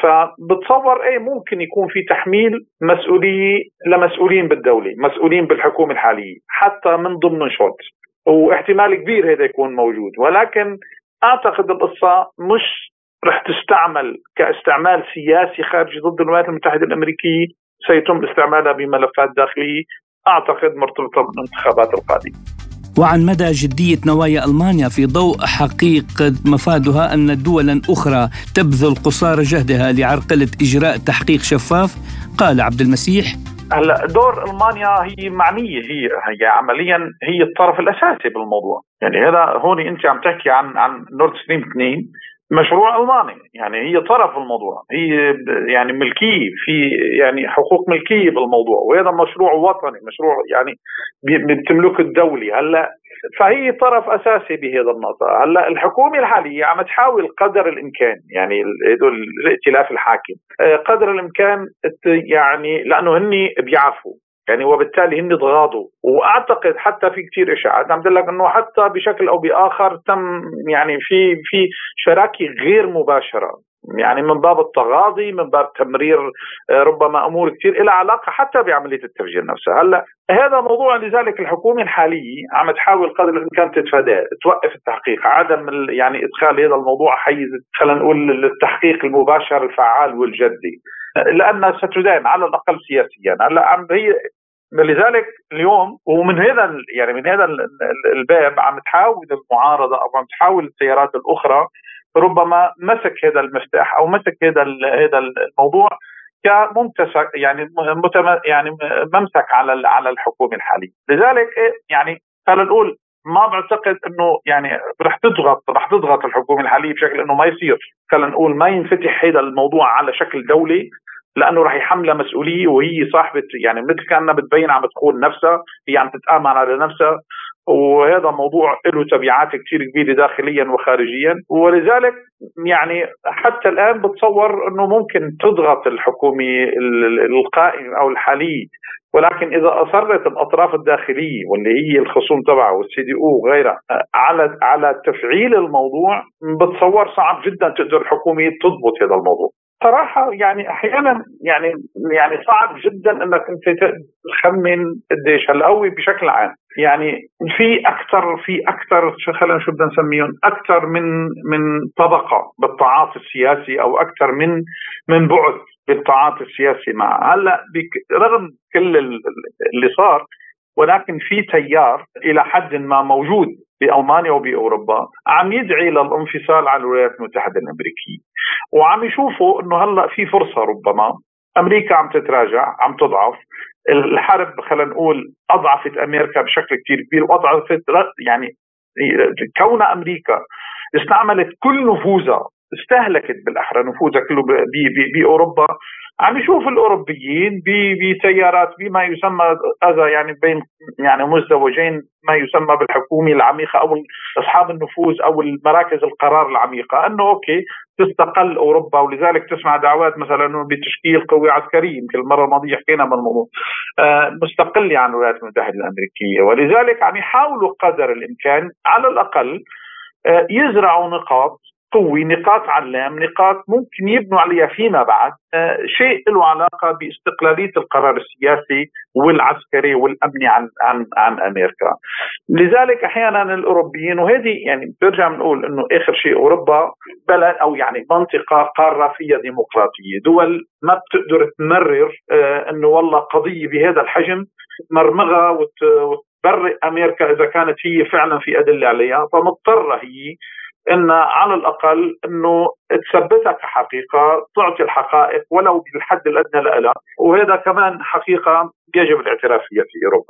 فبتصور أي ممكن يكون في تحميل مسؤولية لمسؤولين بالدولة، مسؤولين بالحكومة الحالية حتى من ضمن شولتز، واحتمال كبير هذا يكون موجود، ولكن أعتقد القصة مش رح تستعمل كاستعمال سياسي خارجي ضد الولايات المتحدة الأمريكية، سيتم استعمالها بملفات داخلية أعتقد مرتبطة بالانتخابات القادمة. وعن مدى جدية نوايا ألمانيا في ضوء حقيقة مفادها أن دولا أخرى تبذل قصارى جهدها لعرقلة إجراء تحقيق شفاف، قال عبد المسيح: هلا دور ألمانيا هي معنية، هي هي عمليا هي الطرف الأساسي بالموضوع. يعني هذا هون أنت عم تحكي عن عن نورد ستريم اثنين مشروع ألماني، يعني هي طرف الموضوع، هي يعني ملكية في يعني حقوق ملكية بالموضوع، وهذا مشروع وطني، مشروع يعني بتملك الدولة. هلا فهي طرف أساسي بهذا النقطة. هلا الحكومة الحالية عم تحاول قدر الإمكان، يعني هذول الائتلاف الحاكم قدر الإمكان يعني لأنه هني بيعرفوا يعني وبالتالي هن تغاضوا، واعتقد حتى في كثير اشاعات عم لك انه حتى بشكل او باخر تم يعني في في شراكه غير مباشره، يعني من باب التغاضي، من باب تمرير ربما امور كثير لها علاقه حتى بعمليه التفجير نفسها. هلا هذا موضوع، لذلك الحكومه الحاليه عم تحاول قدر الامكان تتفادى، توقف التحقيق، عدم يعني ادخال هذا الموضوع حيز خلينا نقول التحقيق المباشر الفعال والجدي، لأنها ستدان على الأقل سياسيا. هلا عم هي لذلك اليوم ومن هذا يعني من هذا الباب عم تحاول المعارضة أو عم تحاول التيارات الأخرى ربما مسك هذا المفتاح أو مسك هذا هذا الموضوع كممتسك يعني متم يعني ممسك على على الحكومة الحالية. لذلك يعني خلينا نقول ما بعتقد انه يعني رح تضغط رح تضغط الحكومه الحاليه بشكل انه ما يصير خلينا نقول ما ينفتح هذا الموضوع على شكل دولي، لانه رح يحملها مسؤوليه وهي صاحبه يعني مثل كانها بتبين عم تخون نفسها، هي عم تتآمن على نفسها، وهذا موضوع له تبعات كثير كبيره داخليا وخارجيا. ولذلك يعني حتى الان بتصور انه ممكن تضغط الحكومه القائمه او الحاليه، ولكن اذا اصرت الاطراف الداخليه واللي هي الخصوم تبعه والسي دي او وغيرها على على تفعيل الموضوع، بتصور صعب جدا تقدر الحكومه تضبط هذا الموضوع. صراحه يعني احيانا يعني يعني صعب جدا انك انت تخمن قديش هلا هو بشكل عام يعني في اكثر في اكثر خلينا شو بدنا نسميهم اكثر من من طبقه بالتعاطي السياسي او اكثر من من بعد بالتعاطي السياسي مع هلا رغم كل اللي صار، ولكن في تيار الى حد ما موجود بألمانيا وبأوروبا عم يدعي للانفصال عن الولايات المتحدة الأمريكية، وعم يشوفوا انه هلا في فرصة ربما امريكا عم تتراجع عم تضعف، الحرب خلينا نقول اضعفت امريكا بشكل كتير كبير واضعفت يعني كون امريكا استعملت كل نفوذها استهلكت بالاحرى نفوذها كله باوروبا. عم يشوف الاوروبيين بتيارات بما يسمى هذا يعني بين يعني مزدوجين ما يسمى بالحكومه العميقه او اصحاب النفوذ او المراكز القرار العميقه انه اوكي تستقل اوروبا، ولذلك تسمع دعوات مثلا بتشكيل قوه عسكريه. يمكن المره الماضيه حكينا من الموضوع آه مستقله عن الولايات المتحده الامريكيه، ولذلك عم يحاولوا قدر الامكان على الاقل آه يزرعوا نقاط قوي، نقاط علام، نقاط ممكن يبنوا عليها فيما بعد آه شيء له علاقة باستقلالية القرار السياسي والعسكري والأمني عن عن عن أمريكا. لذلك أحيانا الأوروبيين وهذه يعني برجع بنقول إنه آخر شيء أوروبا بلد أو يعني منطقة قارة فيها ديمقراطية، دول ما بتقدر تمرر آه إنه والله قضية بهذا الحجم مرمغة وتبرئ أمريكا إذا كانت هي فعلا في أدلة عليها، فمضطرة هي إن على الأقل إنه تثبتها كحقيقة، تعطي الحقائق ولو بالحد الأدنى لها، وهذا كمان حقيقة يجب الاعتراف فيها في أوروبا.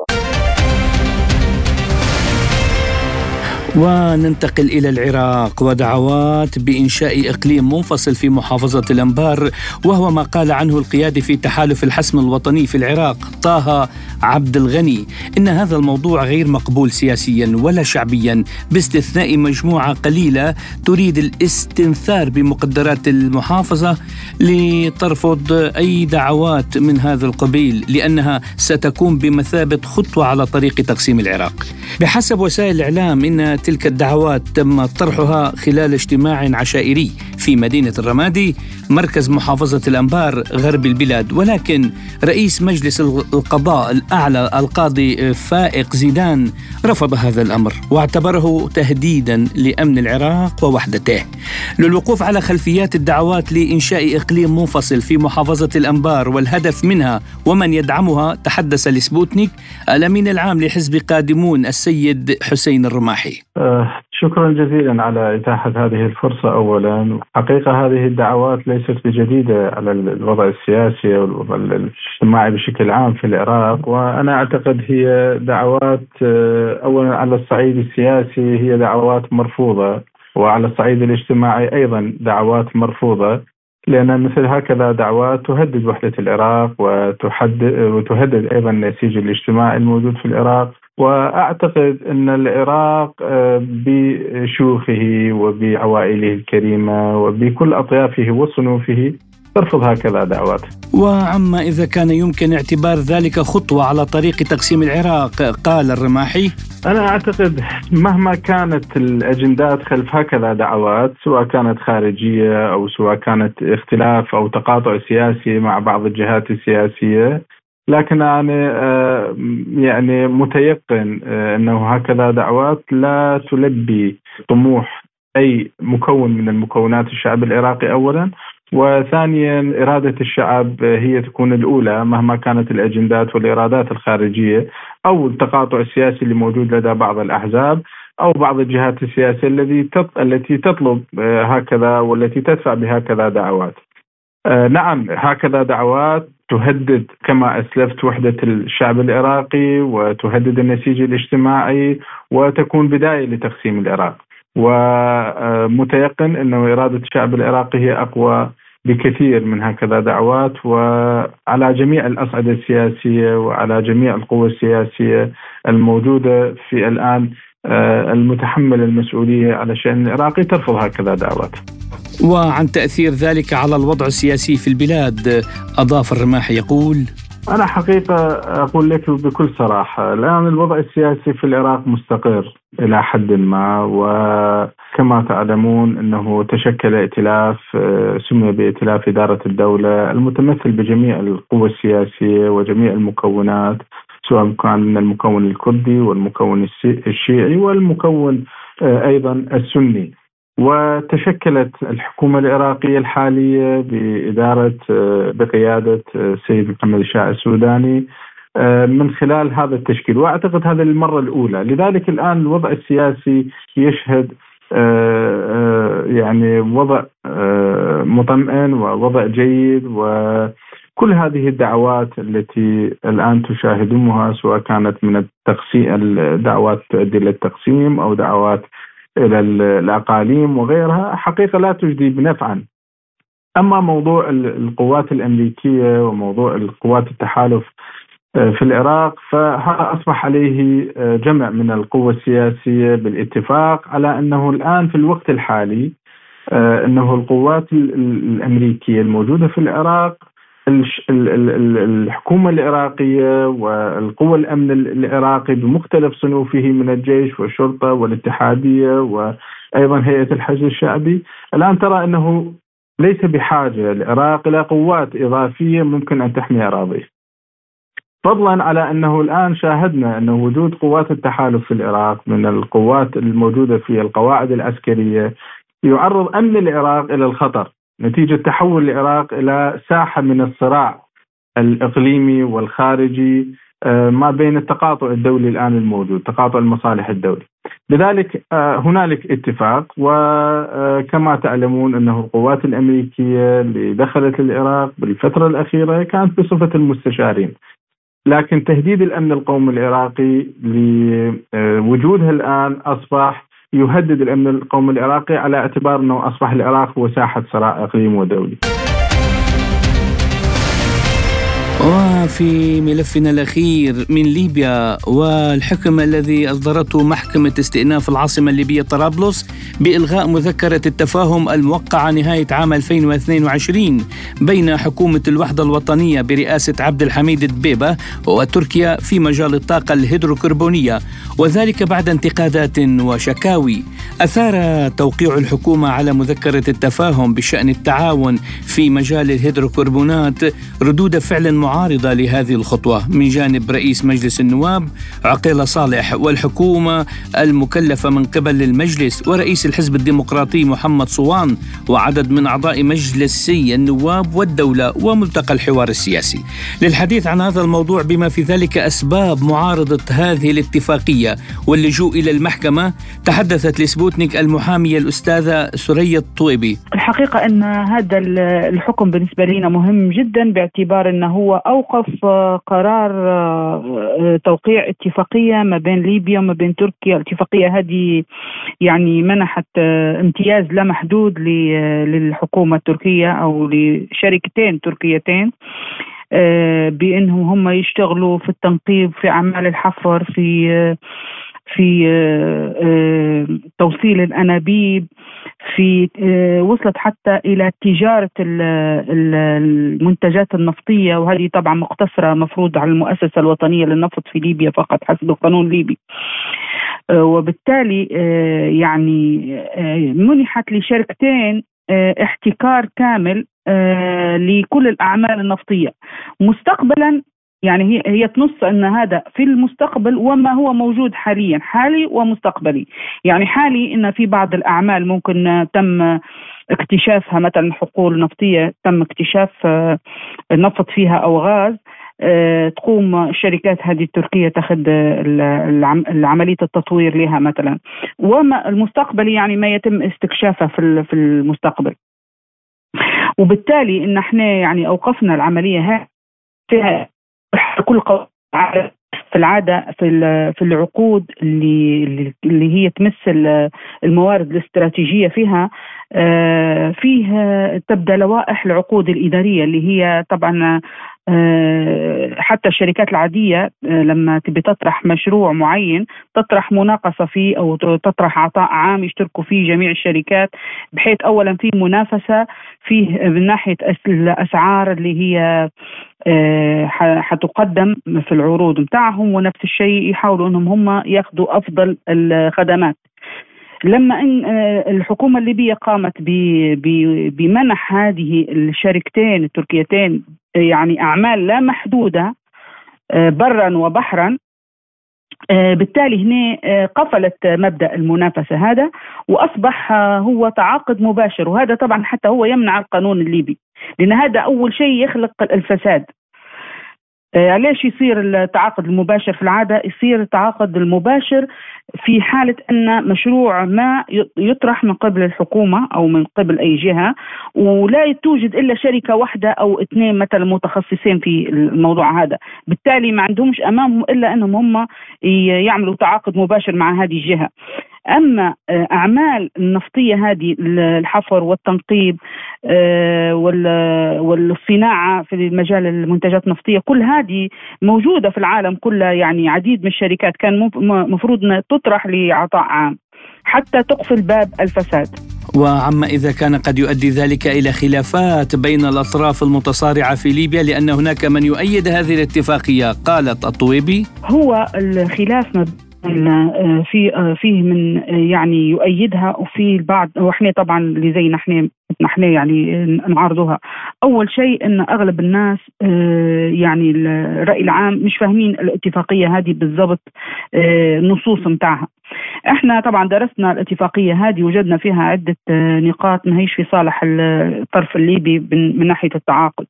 وننتقل إلى العراق ودعوات بإنشاء إقليم منفصل في محافظة الأنبار، وهو ما قال عنه القيادي في تحالف الحسم الوطني في العراق طه عبد الغني إن هذا الموضوع غير مقبول سياسيا ولا شعبيا، باستثناء مجموعة قليلة تريد الاستنثار بمقدرات المحافظة لترفض أي دعوات من هذا القبيل، لأنها ستكون بمثابة خطوة على طريق تقسيم العراق. بحسب وسائل الإعلام إن تلك الدعوات تم طرحها خلال اجتماع عشائري في مدينة الرمادي مركز محافظة الأنبار غرب البلاد، ولكن رئيس مجلس القضاء الأعلى القاضي فائق زيدان رفض هذا الأمر واعتبره تهديدا لأمن العراق ووحدته. للوقوف على خلفيات الدعوات لإنشاء إقليم منفصل في محافظة الأنبار والهدف منها ومن يدعمها تحدث لسبوتنيك الأمين العام لحزب قادمون السيد حسين الرماحي. أه شكرا جزيلا على إتاحة هذه الفرصة. أولا حقيقة هذه الدعوات ليست بجديدة على الوضع السياسي والوضع الاجتماعي بشكل عام في العراق، وأنا أعتقد هي دعوات أولا على الصعيد السياسي هي دعوات مرفوضة، وعلى الصعيد الاجتماعي أيضا دعوات مرفوضة، لأن مثل هكذا دعوات تهدد وحدة العراق وتحدد وتهدد أيضا النسيج الاجتماعي الموجود في العراق. وأعتقد أن العراق بشيوخه وبعوائله الكريمة وبكل أطيافه وصنوفه ترفض هكذا دعوات. وعما إذا كان يمكن اعتبار ذلك خطوة على طريق تقسيم العراق، قال الرماحي: أنا أعتقد مهما كانت الأجندات خلف هكذا دعوات، سواء كانت خارجية أو سواء كانت اختلاف أو تقاطع سياسي مع بعض الجهات السياسية، لكن أنا يعني متيقن أنه هكذا دعوات لا تلبي طموح أي مكون من المكونات الشعب العراقي أولا، وثانيا إرادة الشعب هي تكون الأولى مهما كانت الأجندات والإرادات الخارجية أو التقاطع السياسي اللي موجود لدى بعض الأحزاب أو بعض الجهات السياسية التي التي تطلب هكذا والتي تدفع بهكذا دعوات. نعم، هكذا دعوات تهدد كما أسلفت وحدة الشعب العراقي وتهدد النسيج الاجتماعي وتكون بداية لتقسيم العراق، ومتيقن أنه إرادة الشعب العراقي هي أقوى بكثير من هكذا دعوات، وعلى جميع الأصعدة السياسية وعلى جميع القوى السياسية الموجودة في الآن المتحمل المسؤولية على الشأن العراقي ترفض هكذا دعوات. وعن تأثير ذلك على الوضع السياسي في البلاد أضاف الرماح يقول: أنا حقيقة أقول لك بكل صراحة الآن الوضع السياسي في العراق مستقر إلى حد ما، وكما تعلمون أنه تشكل ائتلاف سمي بائتلاف إدارة الدولة المتمثل بجميع القوى السياسية وجميع المكونات، سواء كان من المكون الكردي والمكون الشيعي والمكون أيضا السني. وتشكلت الحكومة العراقية الحالية بإدارة بقيادة السيد محمد الشاعر السوداني من خلال هذا التشكيل، وأعتقد هذا المرة الأولى. لذلك الآن الوضع السياسي يشهد يعني وضع مطمئن ووضع جيد، وكل هذه الدعوات التي الآن تشاهدونها سواء كانت من التقسيم الدعوات تؤدي إلى التقسيم أو دعوات إلى الأقاليم وغيرها حقيقة لا تجدي بنفعا. أما موضوع القوات الأمريكية وموضوع القوات التحالف في العراق فهذا أصبح عليه جمع من القوى السياسية بالاتفاق على أنه الآن في الوقت الحالي أنه القوات الأمريكية الموجودة في العراق الحكومة العراقية والقوى الأمن العراقي بمختلف صنوفه من الجيش والشرطة والاتحادية وأيضا هيئة الحشد الشعبي الآن ترى أنه ليس بحاجة العراق إلى قوات إضافية ممكن أن تحمي أراضيه، فضلا على أنه الآن شاهدنا أن وجود قوات التحالف في العراق من القوات الموجودة في القواعد العسكرية يعرض أمن العراق إلى الخطر نتيجة تحول العراق إلى ساحة من الصراع الإقليمي والخارجي ما بين التقاطع الدولي الآن الموجود، تقاطع المصالح الدولي. لذلك هنالك اتفاق، وكما تعلمون أنه القوات الأمريكية اللي دخلت العراق بالفترة الأخيرة كانت بصفة المستشارين، لكن تهديد الأمن القومي العراقي لوجودها الآن أصبح يهدد الأمن القومي العراقي على اعتبار أنه أصبح العراق هو ساحة صراع إقليمي ودولي. وفي ملفنا الأخير من ليبيا، والحكم الذي أصدرته محكمة استئناف العاصمة الليبية طرابلس بإلغاء مذكرة التفاهم الموقعة نهاية عام ألفين واثنين وعشرين بين حكومة الوحدة الوطنية برئاسة عبد الحميد دبيبة وتركيا في مجال الطاقة الهيدروكربونية، وذلك بعد انتقادات وشكاوي. أثار توقيع الحكومة على مذكرة التفاهم بشأن التعاون في مجال الهيدروكربونات ردود فعل معارضة لهذه الخطوة من جانب رئيس مجلس النواب عقيل صالح والحكومة المكلفة من قبل المجلس ورئيس الحزب الديمقراطي محمد صوان وعدد من أعضاء مجلسي النواب والدولة وملتقى الحوار السياسي. للحديث عن هذا الموضوع بما في ذلك أسباب معارضة هذه الاتفاقية واللجوء إلى المحكمة تحدثت لسبوتنيك المحامية الأستاذة سرية الطويبي. الحقيقة أن هذا الحكم بالنسبة لنا مهم جدا باعتبار أنه هو أوقف قرار توقيع اتفاقية ما بين ليبيا وما بين تركيا. الاتفاقية هذه يعني منحت امتياز لا محدود للحكومة التركية أو لشركتين تركيتين بأنهم هم يشتغلوا في التنقيب في أعمال الحفر في في توصيل الأنابيب، في وصلت حتى إلى تجارة المنتجات النفطية، وهذه طبعا مقتصرة مفروض على المؤسسة الوطنية للنفط في ليبيا فقط حسب القانون الليبي. وبالتالي يعني منحت لشركتين احتكار كامل لكل الأعمال النفطية. مستقبلا يعني هي هي تنص أن هذا في المستقبل وما هو موجود حاليا، حالي ومستقبلي. يعني حالي أن في بعض الأعمال ممكن تم اكتشافها، مثلا حقول نفطية تم اكتشاف نفط فيها أو غاز، تقوم الشركات هذه التركية تاخذ العملية التطوير لها مثلا، وما المستقبل يعني ما يتم استكشافه في المستقبل. وبالتالي إن احنا يعني أوقفنا العملية هذه فيها كل قوة في العادة في في العقود اللي اللي هي تمس الموارد الاستراتيجية فيها، فيه تبدأ لوائح العقود الإدارية اللي هي طبعا حتى الشركات العادية لما تبي تطرح مشروع معين تطرح مناقصة فيه أو تطرح عطاء عام يشتركوا فيه جميع الشركات، بحيث أولا في منافسة فيه من ناحية الأسعار اللي هي حتقدم في العروض متاعهم، ونفس الشيء يحاولوا أنهم هم ياخذوا أفضل الخدمات. لما إن الحكومة الليبية قامت بمنح هذه الشركتين التركيتين يعني أعمال لا محدودة برا وبحرا، بالتالي هنا قفلت مبدأ المنافسة هذا وأصبح هو تعاقد مباشر، وهذا طبعا حتى هو يمنع القانون الليبي، لأن هذا أول شيء يخلق الفساد. ليش يصير التعاقد المباشر؟ في العادة يصير التعاقد المباشر في حالة أن مشروع ما يطرح من قبل الحكومة أو من قبل أي جهة، ولا توجد إلا شركة واحدة أو اثنين مثلا متخصصين في الموضوع هذا، بالتالي ما عندهمش أمامهم إلا أنهم هم يعملوا تعاقد مباشر مع هذه الجهة. أما أعمال النفطية هذه الحفر والتنقيب والصناعة في مجال المنتجات النفطية كل هذه موجودة في العالم كله، يعني عديد من الشركات كان مفروض أن تطرح لعطاء عام حتى تقفل باب الفساد. وعما إذا كان قد يؤدي ذلك إلى خلافات بين الأطراف المتصارعة في ليبيا، لأن هناك من يؤيد هذه الاتفاقية، قالت الطويبي هو الخلاف ما في فيه من يعني يؤيدها وفي البعض، واحنا طبعا اللي زي نحن نحن يعني نعارضها. اول شيء ان اغلب الناس يعني الرأي العام مش فاهمين الاتفاقية هذه بالضبط النصوص متاعها. احنا طبعا درسنا الاتفاقية هذه وجدنا فيها عدة نقاط ما هيش في صالح الطرف الليبي من ناحية التعاقد.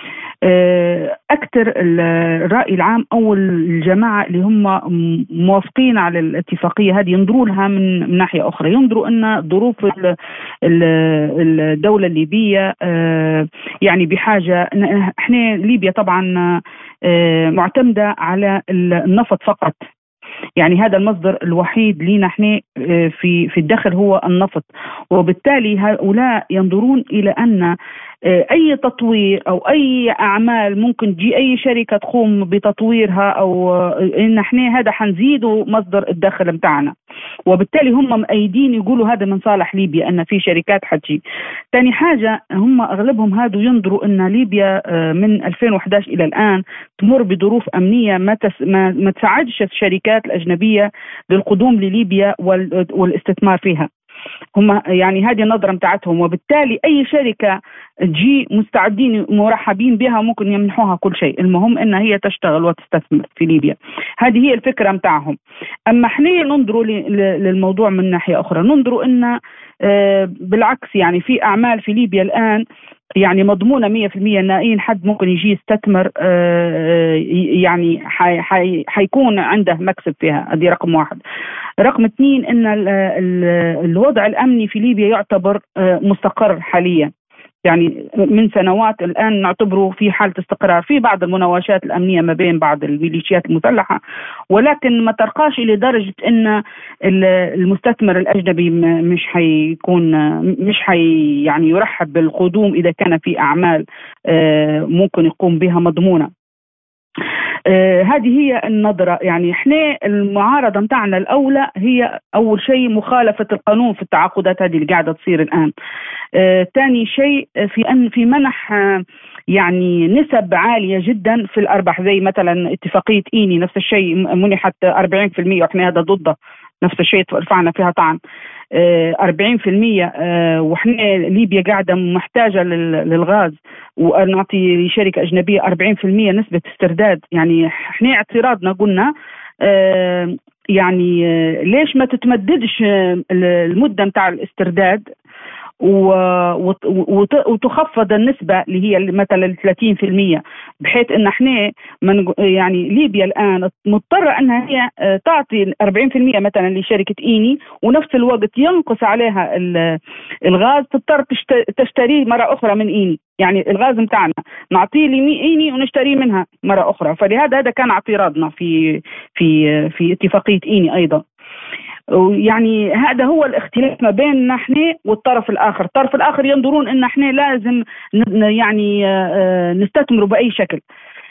أكثر الرأي العام أو الجماعة اللي هم موافقين على الاتفاقية هذه ينظروا لها من ناحية أخرى، ينظروا أن ظروف الدولة الليبية يعني بحاجة. احنا ليبيا طبعا معتمدة على النفط فقط، يعني هذا المصدر الوحيد لنا احنا في في الدخل هو النفط، وبالتالي هؤلاء ينظرون إلى أن أي تطوير أو أي أعمال ممكن تجي أي شركة تقوم بتطويرها أو إن إحنا هذا حنزيدوا مصدر الدخل متاعنا، وبالتالي هم مأيدين يقولوا هذا من صالح ليبيا أن في شركات حتجي. تاني حاجة هم أغلبهم هادو ينظروا أن ليبيا من ألفين وإحدى عشر إلى الآن تمر بظروف أمنية ما, تس ما, ما تساعدش الشركات الأجنبية للقدوم لليبيا والاستثمار فيها. هم يعني هذه النظرة متاعتهم، وبالتالي أي شركة تجي مستعدين مرحبين بها وممكن يمنحوها كل شيء، المهم إن هي تشتغل وتستثمر في ليبيا. هذه هي الفكرة متاعهم. أما احنا ننظروا للموضوع من ناحية أخرى، ننظروا إن بالعكس يعني في أعمال في ليبيا الآن يعني مضمونة مية في المية أن أي حد ممكن يجي يستثمر يعني حي حي حيكون عنده مكسب فيها. هذه رقم واحد. رقم اثنين أن الوضع الأمني في ليبيا يعتبر مستقر حاليا، يعني من سنوات الآن نعتبره في حالة استقرار، في بعض المناوشات الأمنية ما بين بعض الميليشيات المسلحة، ولكن ما ترقاش إلى درجة أن المستثمر الأجنبي مش حيكون مش حي يعني يرحب بالقدوم إذا كان في أعمال ممكن يقوم بها مضمونة. آه هذه هي النظرة. يعني احنا المعارضة متاعنا الأولى هي أول شيء مخالفة القانون في التعاقدات هذه اللي قاعدة تصير الآن. ثاني آه شيء في أن في منح آه يعني نسب عالية جدا في الأرباح، زي مثلا اتفاقية إيني نفس الشيء منحت أربعين في المية وإحنا هذا ضده، نفس الشيء رفعنا فيها طعن أربعين في المية، وإحنا ليبيا قاعدة محتاجة للغاز ونعطي لشركة أجنبية أربعين بالمئة نسبة استرداد. يعني احنا اعتراضنا قلنا آه يعني آه ليش ما تتمددش المدة متاع الاسترداد وتخفض النسبة اللي هي مثلا ثلاثين بالمئة، بحيث ان احنا من يعني ليبيا الان مضطرة انها هي تعطي أربعين بالمئة مثلا لشركة ايني، ونفس الوقت ينقص عليها الغاز، تضطر تشتريه مرة اخرى من ايني. يعني الغاز متاعنا نعطيه لإيني ونشتريه منها مرة اخرى. فلهذا هذا كان اعتراضنا في في في اتفاقية ايني ايضا. يعني هذا هو الاختلاف ما بيننا احنا والطرف الاخر. الطرف الاخر ينظرون ان احنا لازم يعني نستثمروا باي شكل،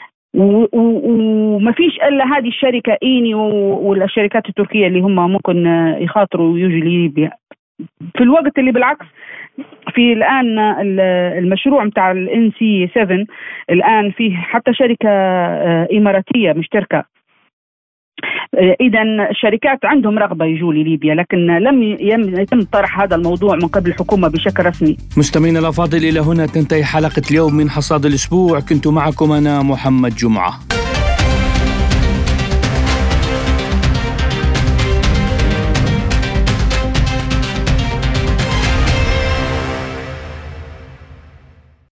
وما فيش الا هذه الشركه ايني والشركات التركيه اللي هم ممكن يخاطروا ويجوا ليبيا، في الوقت اللي بالعكس في الان المشروع متاع الان سي سبعة الان فيه حتى شركه اماراتيه مشتركه. إذا الشركات عندهم رغبة يجوا لليبيا، لكن لم يتم طرح هذا الموضوع من قبل الحكومة بشكل رسمي. مستمعينا الأفاضل، إلى هنا تنتهي حلقة اليوم من حصاد الأسبوع. كنت معكم أنا محمد جمعة.